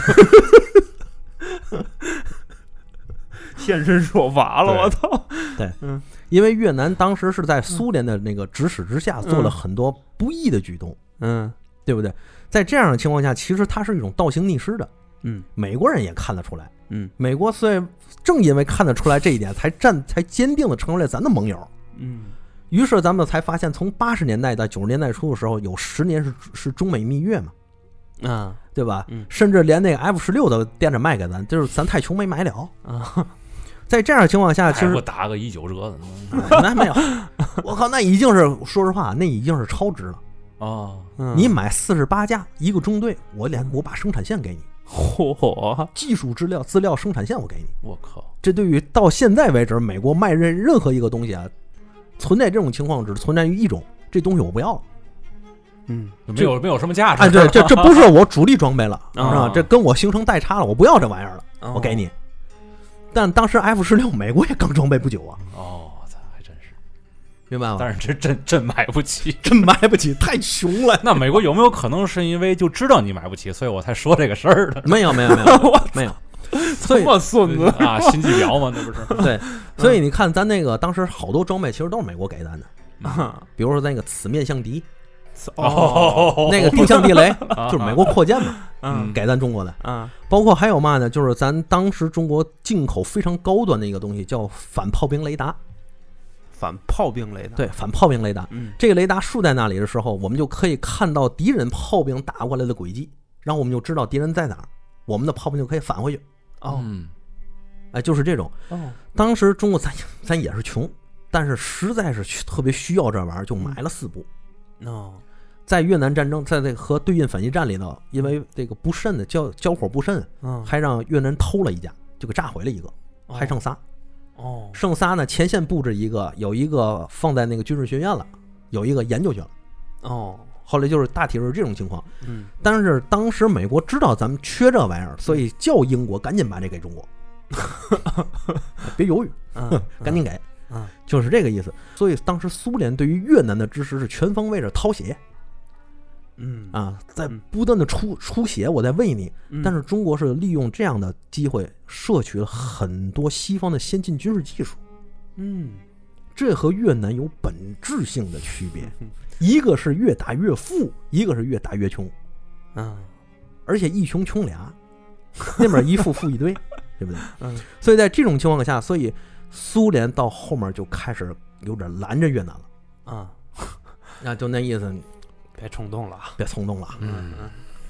现身说法了，我操！ 对， 嗯， 因为越南当时是在苏联的那个指使之下做了很多不义的举动， 嗯对不对？在这样的情况下，其实它是一种倒行逆施的。 嗯美国人也看得出来， 嗯美国所以正因为看得出来这一点，才站才坚定的成为了咱的盟友。 嗯， 于是咱们才发现，从八十年代到九十年代初的时候，有十年是是中美蜜月嘛。 啊对吧？ 嗯， 甚至连那个 F 十六都惦着卖给咱，就是咱太穷没买了啊。 在这样的情况下，其实我打个一九折的， 那没有，我靠，那已经是说实话，那已经是超值了。 哦， 你买四十八架一个中队，我连我把生产线给你， 嚯， 技术资料资料生产线我给你。 我靠， 这对于到现在为止，美国卖任任何一个东西啊，存在这种情况只存在于一种，这东西我不要了。 嗯， 没有没有什么价值。 哎，对，这这不是我主力装备了，是吧？ 啊这跟我形成代差了，我不要这玩意儿了， 哦我给你。但当时 F 十六美国也刚装备不久啊， 哦，我操，还真是， 明白吗？ 但是这真真买不起， 真买不起，太穷了。 那美国有没有可能是因为就知道你买不起，所以我才说这个事儿的？ 没有没有没有没有，所以这么孙子啊，心机婊嘛，那不是？ 对，所以你看咱那个当时好多装备其实都是美国给咱的， 啊！ 比如说那个此面向敌， 哦， 那个定向地雷就是美国扩建嘛， 嗯给咱中国的。 啊包括还有嘛呢？就是咱当时中国进口非常高端的一个东西，叫反炮兵雷达。 反炮兵雷达， 对，反炮兵雷达。 嗯这个雷达竖在那里的时候，我们就可以看到敌人炮兵打过来的轨迹，然后我们就知道敌人在哪儿，我们的炮兵就可以返回去。 哦嗯， 哎，就是这种。 哦当时中国咱咱也是穷，但是实在是特别需要这玩意儿，就买了四部。 哦在越南战争，在这个和对印反击战里头，因为这个不慎的交交火不慎， 嗯还让越南人偷了一架，就给炸毁了一个，还剩仨。 哦剩仨呢，前线布置一个，有一个放在那个军事学院了，有一个研究去了。 哦后来就是大体是这种情况。 嗯但是当时美国知道咱们缺这玩意儿，所以叫英国赶紧把这给中国，别犹豫， 嗯赶紧给， 嗯就是这个意思。所以当时苏联对于越南的支持是全方位的掏血嗯啊，在不断的出出血，我在喂你。但是中国是利用这样的机会，摄取了很多西方的先进军事技术。 嗯这和越南有本质性的区别，一个是越打越富，一个是越打越穷， 嗯而且一穷穷俩，那边一富富一堆，对不对？ 嗯所以在这种情况下，所以苏联到后面就开始有点拦着越南了， 啊， 那就那意思， 别冲动了， 别冲动了。 嗯，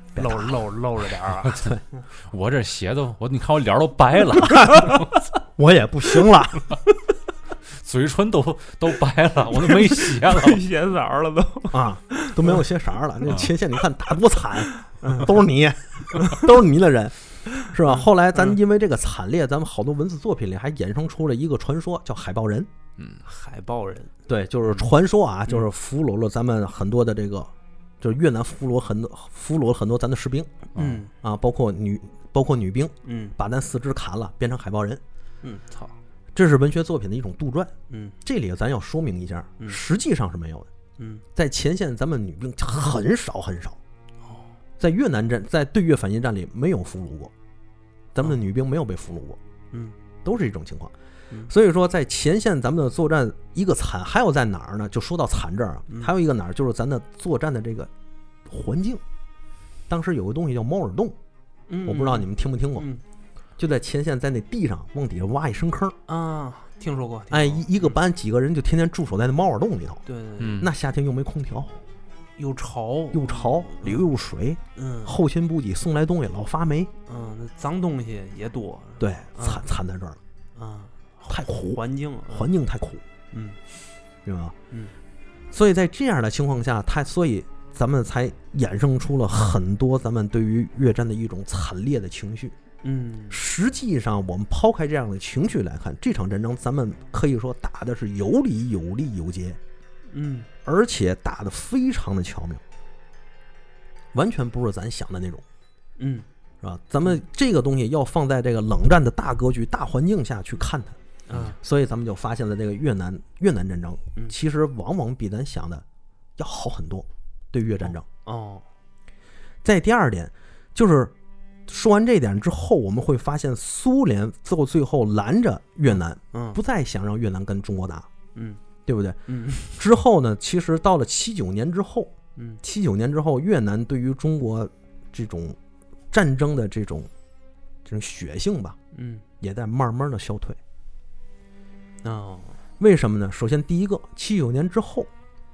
露露露着点儿啊， 我这血都我你看我脸儿都白了， 我也不行了。 嘴唇都都白了，我都没血了， 没血色儿了都。 啊，都没有血色儿了。那前线你看打多惨，都是你，都是你的人，是吧？后来咱因为这个惨烈，咱们好多文字作品里还衍生出了一个传说，叫海豹人。 嗯， 海豹人， 对，就是传说啊，就是俘虏了咱们很多的这个，就是越南俘虏很多俘虏了很多咱的士兵， 嗯啊，包括女包括女兵， 嗯把咱四肢砍了，变成海豹人。 嗯，操， 这是文学作品的一种杜撰。 嗯这里咱要说明一下， 嗯实际上是没有的。 嗯在前线，咱们女兵很少很少。在越南战，在对越反击战里没有俘虏过，咱们的女兵没有被俘虏过， 嗯都是这种情况嗯。 所以说，在前线咱们的作战一个惨，还有在哪儿呢？就说到惨这儿啊， 嗯还有一个哪儿就是咱的作战的这个环境。当时有个东西叫猫耳洞， 嗯， 我不知道你们听没听过， 嗯就在前线，在那地上往底下挖一深坑， 啊，听说过，听说过哎，一一个班几个人就天天驻守在那猫耳洞里头。 对对对， 嗯， 那夏天又没空调， 又潮又潮，里又有水， 嗯后勤补给送来东西老发霉， 嗯，那脏东西也多， 对， 嗯惨惨在这儿了， 啊， 太苦， 环境环境太苦， 嗯对吧？ 嗯所以在这样的情况下，他所以咱们才衍生出了很多咱们对于越战的一种惨烈的情绪。 嗯实际上，我们抛开这样的情绪来看，这场战争咱们可以说打的是有理有利有节， 嗯而且打得非常的巧妙，完全不是咱想的那种， 嗯是吧？咱们这个东西要放在这个冷战的大格局、大环境下去看它， 啊所以咱们就发现了这个越南越南战争嗯， 其实往往比咱想的要好很多。对越战争， 哦再第二点就是说完这点之后，我们会发现苏联最最后拦着越南， 嗯不再想让越南跟中国打， 嗯对不对？ 嗯之后呢，其实到了七九年之后， 嗯七九年之后，越南对于中国这种战争的这种这种血性吧， 嗯也在慢慢的消退。 哦为什么呢？首先，第一个，七九年之后，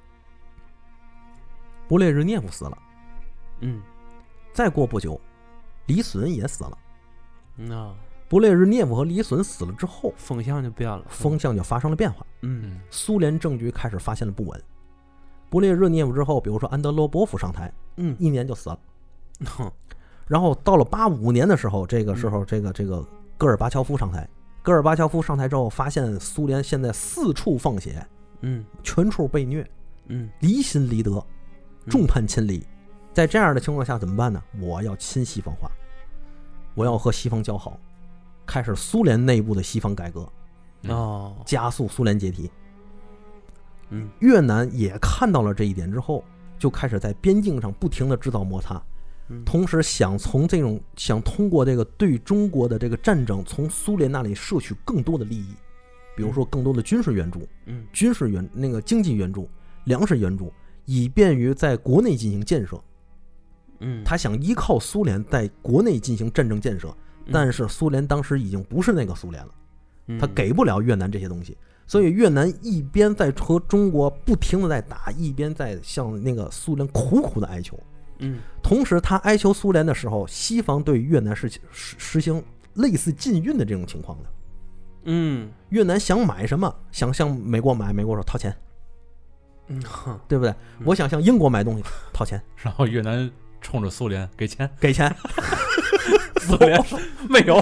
勃列日涅夫死了， 嗯再过不久，李隼也死了。 那勃列日涅夫和李隼死了之后， 风向就变了， 风向就发生了变化， 嗯苏联政局开始发现了不稳。勃列日涅夫之后，比如说安德罗波夫上台， 嗯一年就死了。 哼然后到了八五年的时候，这个时候，这个这个戈尔巴乔夫上台。戈尔巴乔夫上台之后，发现苏联现在四处放血， 嗯全处被虐， 嗯离心离德，众叛亲离。在这样的情况下怎么办呢？我要亲西方化，我要和西方交好，开始苏联内部的西方改革， 哦加速苏联解体。 嗯越南也看到了这一点之后，就开始在边境上不停地制造摩擦， 嗯同时想从这种想通过这个对中国的这个战争，从苏联那里摄取更多的利益，比如说更多的军事援助、 嗯军事援那个经济援助、粮食援助，以便于在国内进行建设。 嗯， 他想依靠苏联在国内进行战争建设，但是苏联当时已经不是那个苏联了，他给不了越南这些东西，所以越南一边在和中国不停的在打，一边在向那个苏联苦苦的哀求。 嗯同时，他哀求苏联的时候，西方对越南是实实行类似禁运的这种情况的。 嗯越南想买什么，想向美国买，美国说掏钱， 嗯哼对不对？我想向英国买东西，掏钱， 然后越南冲着苏联给钱， 给钱， 苏联没有，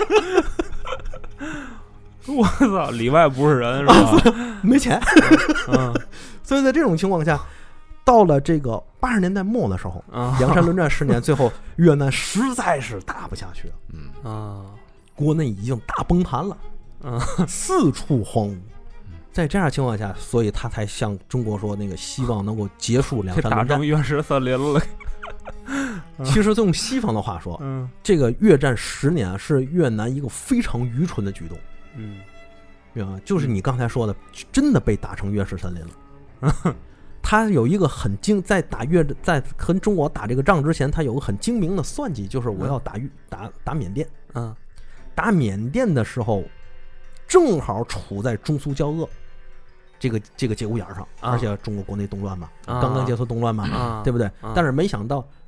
我操，里外不是人是吧？ 没钱。 嗯所以在这种情况下，到了这个八十年代末的时候， 啊阳山论战十年，最后越南实在是打不下去了， 嗯， 啊国内已经大崩盘了， 啊四处荒芜。在这样的情况下，所以他才向中国说，那个希望能够结束两这打山论战成。原始森林了。 其实用西方的话说， 嗯这个越战十年啊，是越南一个非常愚蠢的举动， 嗯对吧？就是你刚才说的，真的被打成原始森林了。他有一个很精，在打越在跟中国打这个仗之前，他有个很精明的算计，就是我要打越打打缅甸。 嗯打缅甸的时候，正好处在中苏交恶这个这个节骨眼上， 啊而且中国国内动乱嘛， 啊刚刚结束动乱嘛， 啊， 对不对？ 啊但是没想到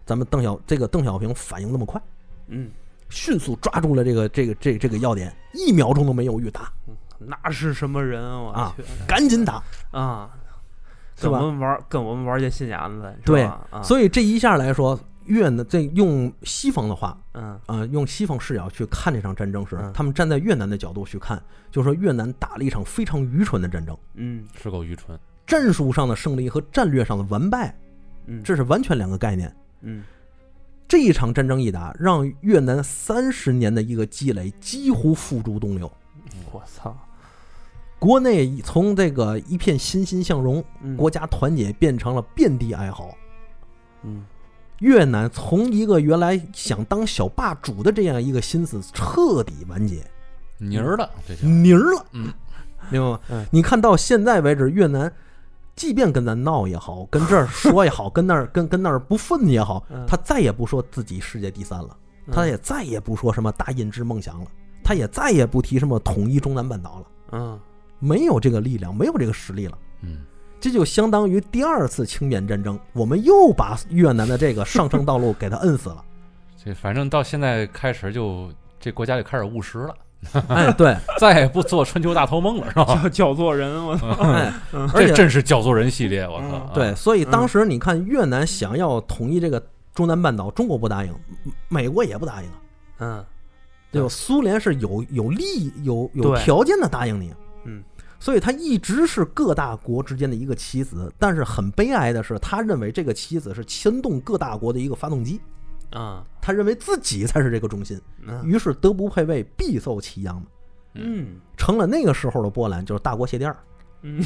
咱们邓小这个邓小平反应那么快， 嗯， 迅速抓住了这个这个这这个要点，一秒钟都没犹豫打， 那是什么人啊？ 啊我去赶紧打， 啊！ 是吧跟我们玩跟我们玩这心眼子，是对吧，啊， 所以这一下来说，越南这用西方的话， 嗯呃，用西方视角去看这场战争时， 嗯他们站在越南的角度去看，就是说越南打了一场非常愚蠢的战争， 嗯是够愚蠢。 战术上的胜利和战略上的完败， 嗯， 这是完全两个概念。 嗯这一场战争一打，让越南三十年的一个积累几乎付诸东流， 我操， 国内从这个一片欣欣向荣、 嗯国家团结变成了遍地哀嚎。 嗯越南从一个原来想当小霸主的这样一个心思彻底完结， 泥儿了，这叫泥儿了， 嗯， 明白吗？ 嗯你看到现在为止，越南即便跟咱闹也好，跟这儿说也好，跟那儿跟跟那儿不忿也好， 嗯他再也不说自己世界第三了，他也再也不说什么大印支梦想了，他也再也不提什么统一中南半岛了， 嗯没有这个力量，没有这个实力了。 嗯， 这就相当于第二次清缅战争，我们又把越南的这个上升道路给他摁死了。 这反正到现在开始就这国家就开始务实了， 哎，对， 再也不做春秋大头梦了，是吧？ 叫叫做人，我操， 哎，而且这真是叫做人系列，我操！ 嗯啊对，所以当时你看越南想要统一这个中南半岛，中国不答应，美国也不答应啊， 嗯对吧？苏联是有有利有有对条件的答应你， 嗯， 所以他一直是各大国之间的一个棋子，但是很悲哀的是，他认为这个棋子是牵动各大国的一个发动机， 啊他认为自己才是这个中心， 嗯于是德不配位，必受其殃嘛， 嗯成了那个时候的波兰就是大国鞋垫儿。 嗯，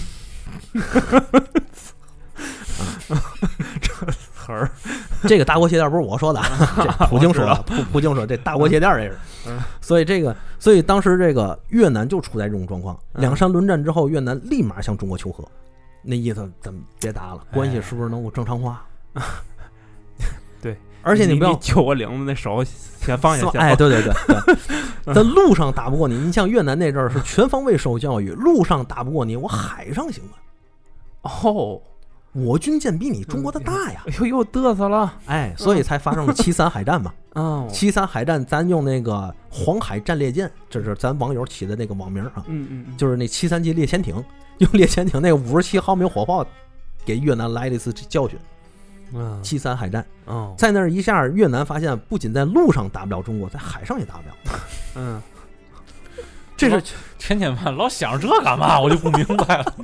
这词儿， 这个大国鞋垫儿不是我说的，这普京说的，普普京说这大国鞋垫儿这是嗯。 所以这个，所以当时这个越南就处在这种状况。 嗯两山论战之后，越南立马向中国求和，那意思咱们别打了，关系是不是能够正常化？ 对， 而且你不要揪我领子那手先放下，先哎， 放对对对对，在路上打不过你，你像越南那阵儿是全方位受教育，路上打不过你，我海上行啊， 哦， 我军舰比你中国的大呀， 哎呦又嘚瑟了， 哎，所以才发生了七三海战嘛。 哦， 七三海战，咱用那个黄海战列舰，这是咱网友起的那个网名啊， 嗯嗯嗯， 就是那七三级猎潜艇，用猎潜艇那个五十七毫米火炮给越南来了一次教训。 嗯七三海战， 哦， 在那儿一下，越南发现不仅在路上打不了中国，在海上也打不了。 嗯， 这是天天晚老想着这干嘛？我就不明白了。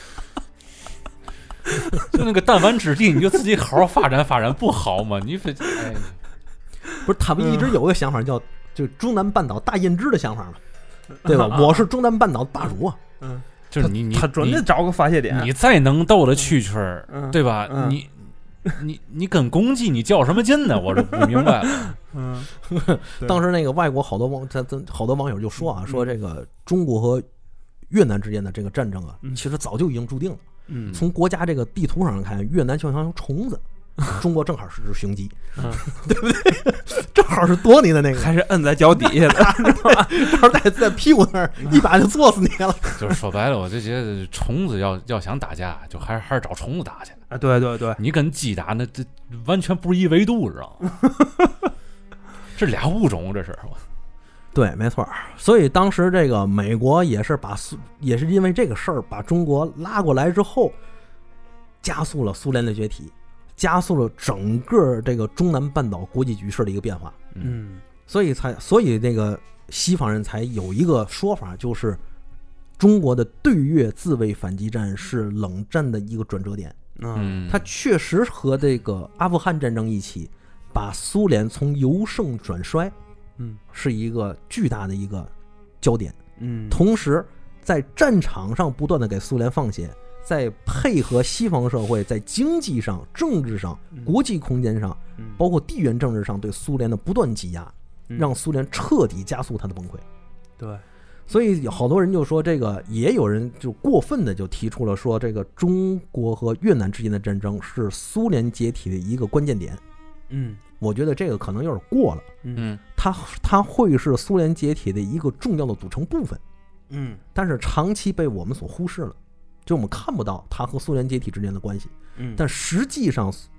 就那个弹丸之地，你就自己好好发展发展不好吗？你非哎， 不是他们一直有个想法叫就中南半岛大印支的想法嘛，对吧？我是中南半岛霸主啊， 嗯， 就是你你他准得你找个发泄点， 你再能斗得蛐蛐儿， 嗯对吧？ 嗯你你你跟公鸡你较什么劲呢？我是不明白了。 嗯，对当时那个外国好多网咱咱好多网友就说啊， 嗯说这个中国和越南之间的这个战争啊， 嗯其实早就已经注定了。 嗯从国家这个地图上看，越南就像虫子，中国正好是只雄鸡， 嗯， 对不对？正好是躲你的那个， 还是摁在脚底下的， 正好在在屁股那儿一把就坐死你了。 就是说白了，我就觉得虫子要要想打架，就还是还是找虫子打去。 啊，对对对， 你跟鸡打那这完全不是一维度，知道吗？这俩物种，这是对，没错。所以当时这个美国也是把苏，也是因为这个事儿把中国拉过来之后，加速了苏联的崛起，加速了整个这个中南半岛国际局势的一个变化。 嗯所以才，所以那个西方人才有一个说法，就是中国的对越自卫反击战是冷战的一个转折点。 嗯嗯， 它确实和这个阿富汗战争一起，把苏联从由盛转衰， 嗯是一个巨大的一个焦点。 嗯， 同时，在战场上不断的给苏联放血，在配合西方社会在经济上、政治上、国际空间上，包括地缘政治上对苏联的不断挤压，让苏联彻底加速它的崩溃。 对， 所以有好多人就说，这个也有人就过分的就提出了说，这个中国和越南之间的战争是苏联解体的一个关键点。 嗯我觉得这个可能有点过了， 嗯它它会是苏联解体的一个重要的组成部分， 嗯但是长期被我们所忽视了，就我们看不到它和苏联解体之间的关系。 嗯， 但实际上，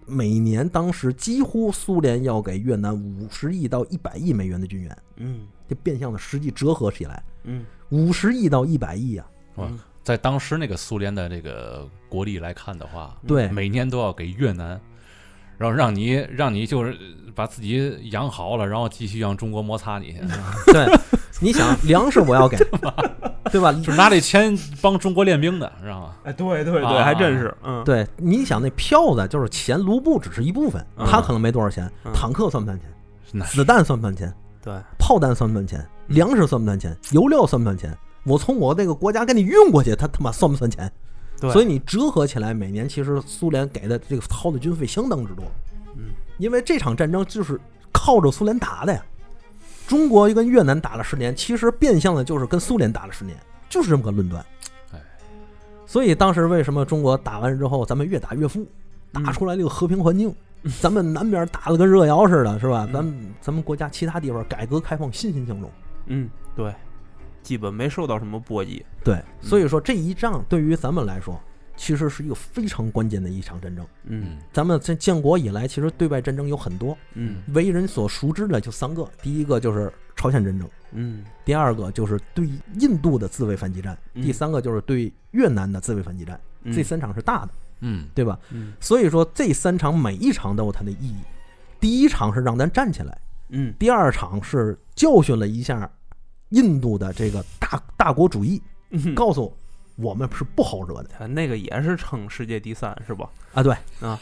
每年当时几乎苏联要给越南五十亿到一百亿美元的军援， 嗯， 这变相的实际折合起来， 嗯， 五十亿到一百亿啊， 嗯，在当时那个苏联的这个国力来看的话， 对， 每年都要给越南，然后让你让你就是把自己养好了，然后继续让中国摩擦你。 对，你想粮食我要给，对吧？ 是拿这钱帮中国练兵的，知道吗？ 哎，对对对， 啊还真是，嗯， 对，你想那票子就是钱，卢布只是一部分， 嗯他可能没多少钱， 嗯坦克算不算钱？ 那子弹算不算钱？ 对， 炮弹算不算钱？粮食算不算钱？油料算不算钱？我从我这个国家给你运过去，他他妈算不算钱？ 对， 所以你折合起来，每年其实苏联给的这个掏的军费相当之多。 嗯， 因为这场战争就是靠着苏联打的呀。中国跟越南打了十年，其实变相的就是跟苏联打了十年，就是这么个论断。 哎， 所以当时为什么中国打完之后，咱们越打越富，打出来这个和平环境，咱们南边打得跟热窑似的，是吧？咱们咱们国家其他地方改革开放欣欣向荣。 嗯，对，基本没受到什么波及。 对，所以说这一仗对于咱们来说，其实是一个非常关键的一场战争。 嗯咱们在建国以来，其实对外战争有很多， 嗯为人所熟知的就三个。第一个就是朝鲜战争， 嗯第二个就是对印度的自卫反击战， 嗯第三个就是对越南的自卫反击战。 嗯， 这三场是大的， 嗯， 对吧？ 嗯所以说这三场每一场都有它的意义。第一场是让咱站起来， 嗯第二场是教训了一下印度的这个大大国主义， 嗯， 告诉我们是不好惹的他那个也是称世界第三是吧？ 啊！对啊，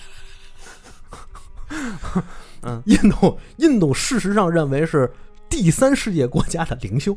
嗯， 印度印度事实上认为是第三世界国家的领袖，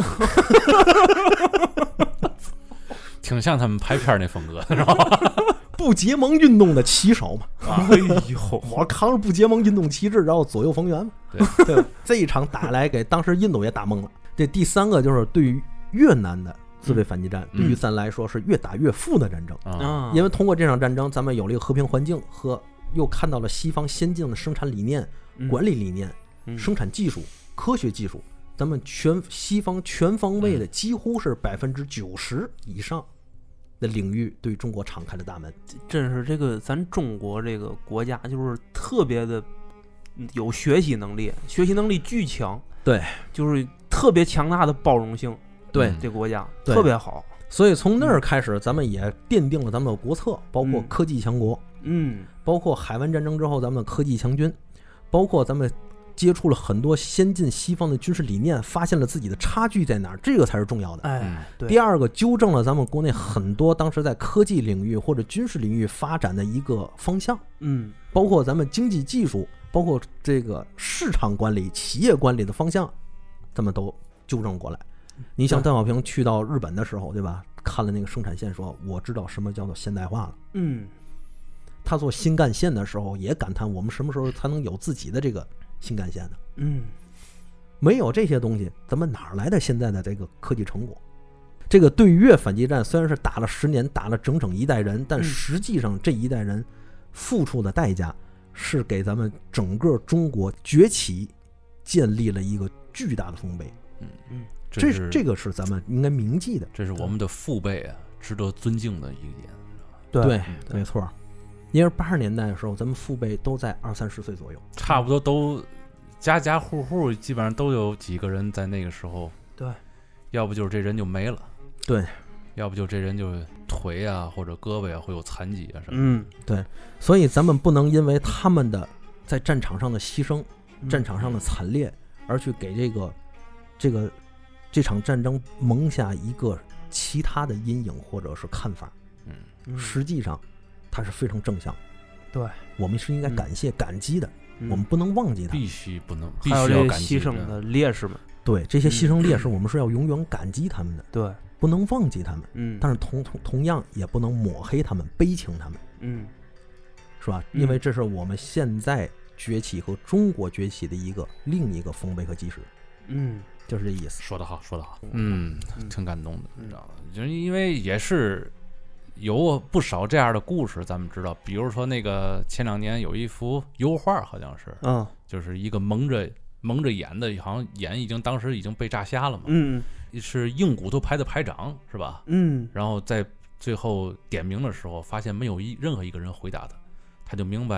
挺像他们拍片那风格，是吧？ 不结盟运动的旗手嘛。 哎呦， 我扛着不结盟运动旗帜，然后左右逢源嘛。 对对吧？这一场打来，给当时印度也打懵了。这第三个就是对于越南的自卫反击战， 嗯对于咱来说是越打越富的战争。 啊， 啊， 因为通过这场战争，咱们有了一个和平环境，和又看到了西方先进的生产理念、管理理念、 嗯生产技术、科学技术，咱们全西方全方位的，几乎是百分之九十以上的领域对中国敞开了大门。 真是这个咱中国这个国家就是特别的有学习能力，学习能力巨强， 对， 就是特别强大的包容性， 对嗯这个国家对特别好。 所以从那儿开始，咱们也奠定了咱们的国策，包括嗯科技强国， 嗯包括海湾战争之后咱们的科技强军，包括咱们接触了很多先进西方的军事理念，发现了自己的差距在哪儿，这个才是重要的。 哎，对， 第二个，纠正了咱们国内很多当时在科技领域或者军事领域发展的一个方向， 嗯包括咱们经济技术，包括这个市场管理、企业管理的方向，咱们都纠正过来。你像邓小平去到日本的时候，对吧？看了那个生产线，说我知道什么叫做现代化了。 嗯他做新干线的时候也感叹，我们什么时候才能有自己的这个新干线呢？ 嗯没有这些东西，咱们哪儿来的现在的这个科技成果？这个对越反击战虽然是打了十年，打了整整一代人，但嗯实际上这一代人付出的代价是给咱们整个中国崛起建立了一个巨大的丰碑。 嗯， 这是这个是咱们应该铭记的。 这是我们的父辈啊，值得尊敬的一点。 对对， 嗯没错。因为八十年代的时候，咱们父辈都在二三十岁左右。 差不多都家家户户基本上都有几个人在那个时候， 对， 要不就是这人就没了， 对， 要不就这人就腿啊或者胳膊啊会有残疾啊什么嗯， 对，所以咱们不能因为他们的在战场上的牺牲、 嗯战场上的惨烈，而去给这个这个这场战争蒙下一个其他的阴影或者是看法。 嗯嗯实际上，它是非常正向。 对， 我们是应该感谢、感激的， 嗯我们不能忘记它。 必须不能，必还有这个须要感激牺牲的烈士们， 对这些牺牲烈士，我们是要永远感激他们的， 对， 不能忘记他们。 嗯， 但是同同同样也不能抹黑他们、悲情他们， 嗯是吧？ 嗯因为这是我们现在崛起和中国崛起的一个另一个丰碑和基石， 嗯就是这意思。 说得好，说得好，嗯， 嗯挺感动的， 嗯你知道吗？就是因为也是有不少这样的故事，咱们知道，比如说那个前两年有一幅油画，好像是， 啊就是一个蒙着蒙着眼的，好像眼已经当时已经被炸瞎了嘛， 嗯是硬骨头排的排长是吧？ 嗯然后在最后点名的时候，发现没有一任何一个人回答他，他就明白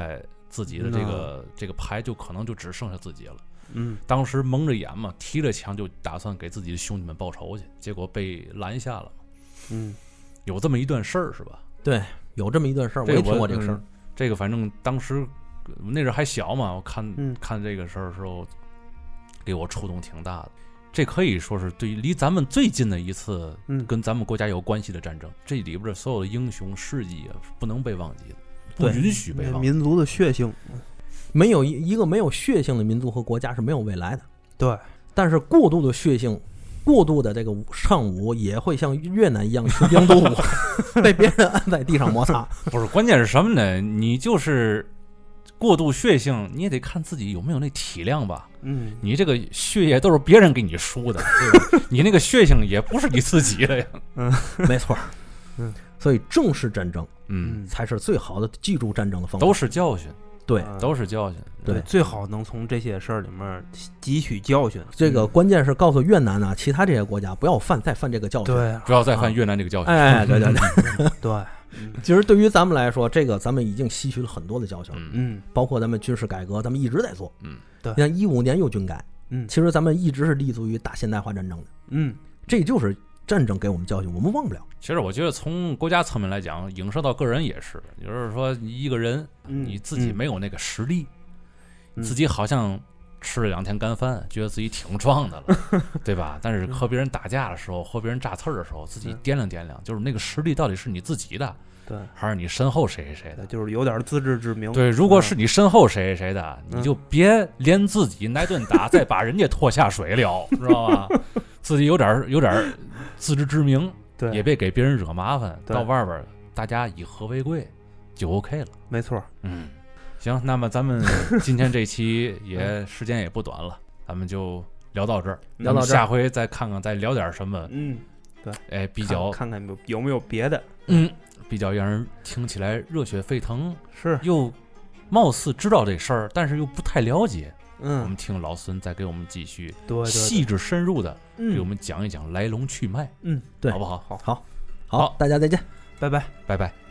自己的这个、嗯、这个牌就可能就只剩下自己了。 嗯， 当时蒙着眼嘛，提着枪就打算给自己的兄弟们报仇去，结果被拦下了。 嗯， 有这么一段事儿是吧？ 对，有这么一段事儿，我也听过这个事儿、嗯。 这个反正当时那阵还小嘛，我看、 嗯、 看这个事儿的时候，给我触动挺大的。这可以说是对于离咱们最近的一次跟咱们国家有关系的战争，嗯、这里边所有的英雄事迹啊，是不能被忘记的，不允许被忘记。 民族的血性， 没有一个没有血性的民族和国家是没有未来的。 对， 但是过度的血性。过度的这个唱舞也会像越南一样穷兵黩武，被别人按在地上摩擦。 不是，关键是什么呢？你就是过度血性，你也得看自己有没有那体量吧。 嗯， 你这个血液都是别人给你输的，对吧？你那个血性也不是你自己的呀。 嗯，没错。 嗯， 所以正视战争， 嗯， 才是最好的记住战争的方法。 都是教训。 对， 都是教训。 对， 最好能从这些事儿里面汲取教训。 这个关键是告诉越南呢，其他这些国家不要犯再犯这个教训。 对， 不要再犯越南这个教训。 哎，对对对对。 其实对于咱们来说，这个咱们已经吸取了很多的教训了。 嗯， 包括咱们军事改革，咱们一直在做。 嗯， 对。 你看一五年又军改。 嗯， 其实咱们一直是立足于打现代化战争的。 嗯， 这就是战争给我们教训，我们忘不了。 其实我觉得从国家层面来讲，影射到个人也是，也就是说一个人你自己没有那个实力。 嗯、 自己好像吃了两天干饭，觉得自己挺壮的了，对吧？但是和别人打架的时候，和别人扎刺儿的时候，自己掂量掂量，就是那个实力到底是你自己的， 对， 还是你身后谁谁谁的？ 就是有点自知之明。 对，如果是你身后谁谁谁的，嗯、你就别连自己挨顿打，再把人家拖下水了，知道吧？自己有点有点自知之明， 对， 也别给别人惹麻烦。到外边大家以和为贵，就 OK 了。 没错， 嗯。行，那么咱们今天这期也时间也不短了，咱们就聊到这儿， 聊到这儿， 下回再看看再聊点什么， 嗯，对， 哎，比较看看有有没有别的， 嗯，比较让人听起来热血沸腾， 是又貌似知道这事儿，但是又不太了解。 嗯， 我们听老孙再给我们继续对细致深入的给我们讲一讲来龙去脉， 嗯， 对， 好不好？ 好，好，好，大家再见， 拜拜， 拜拜。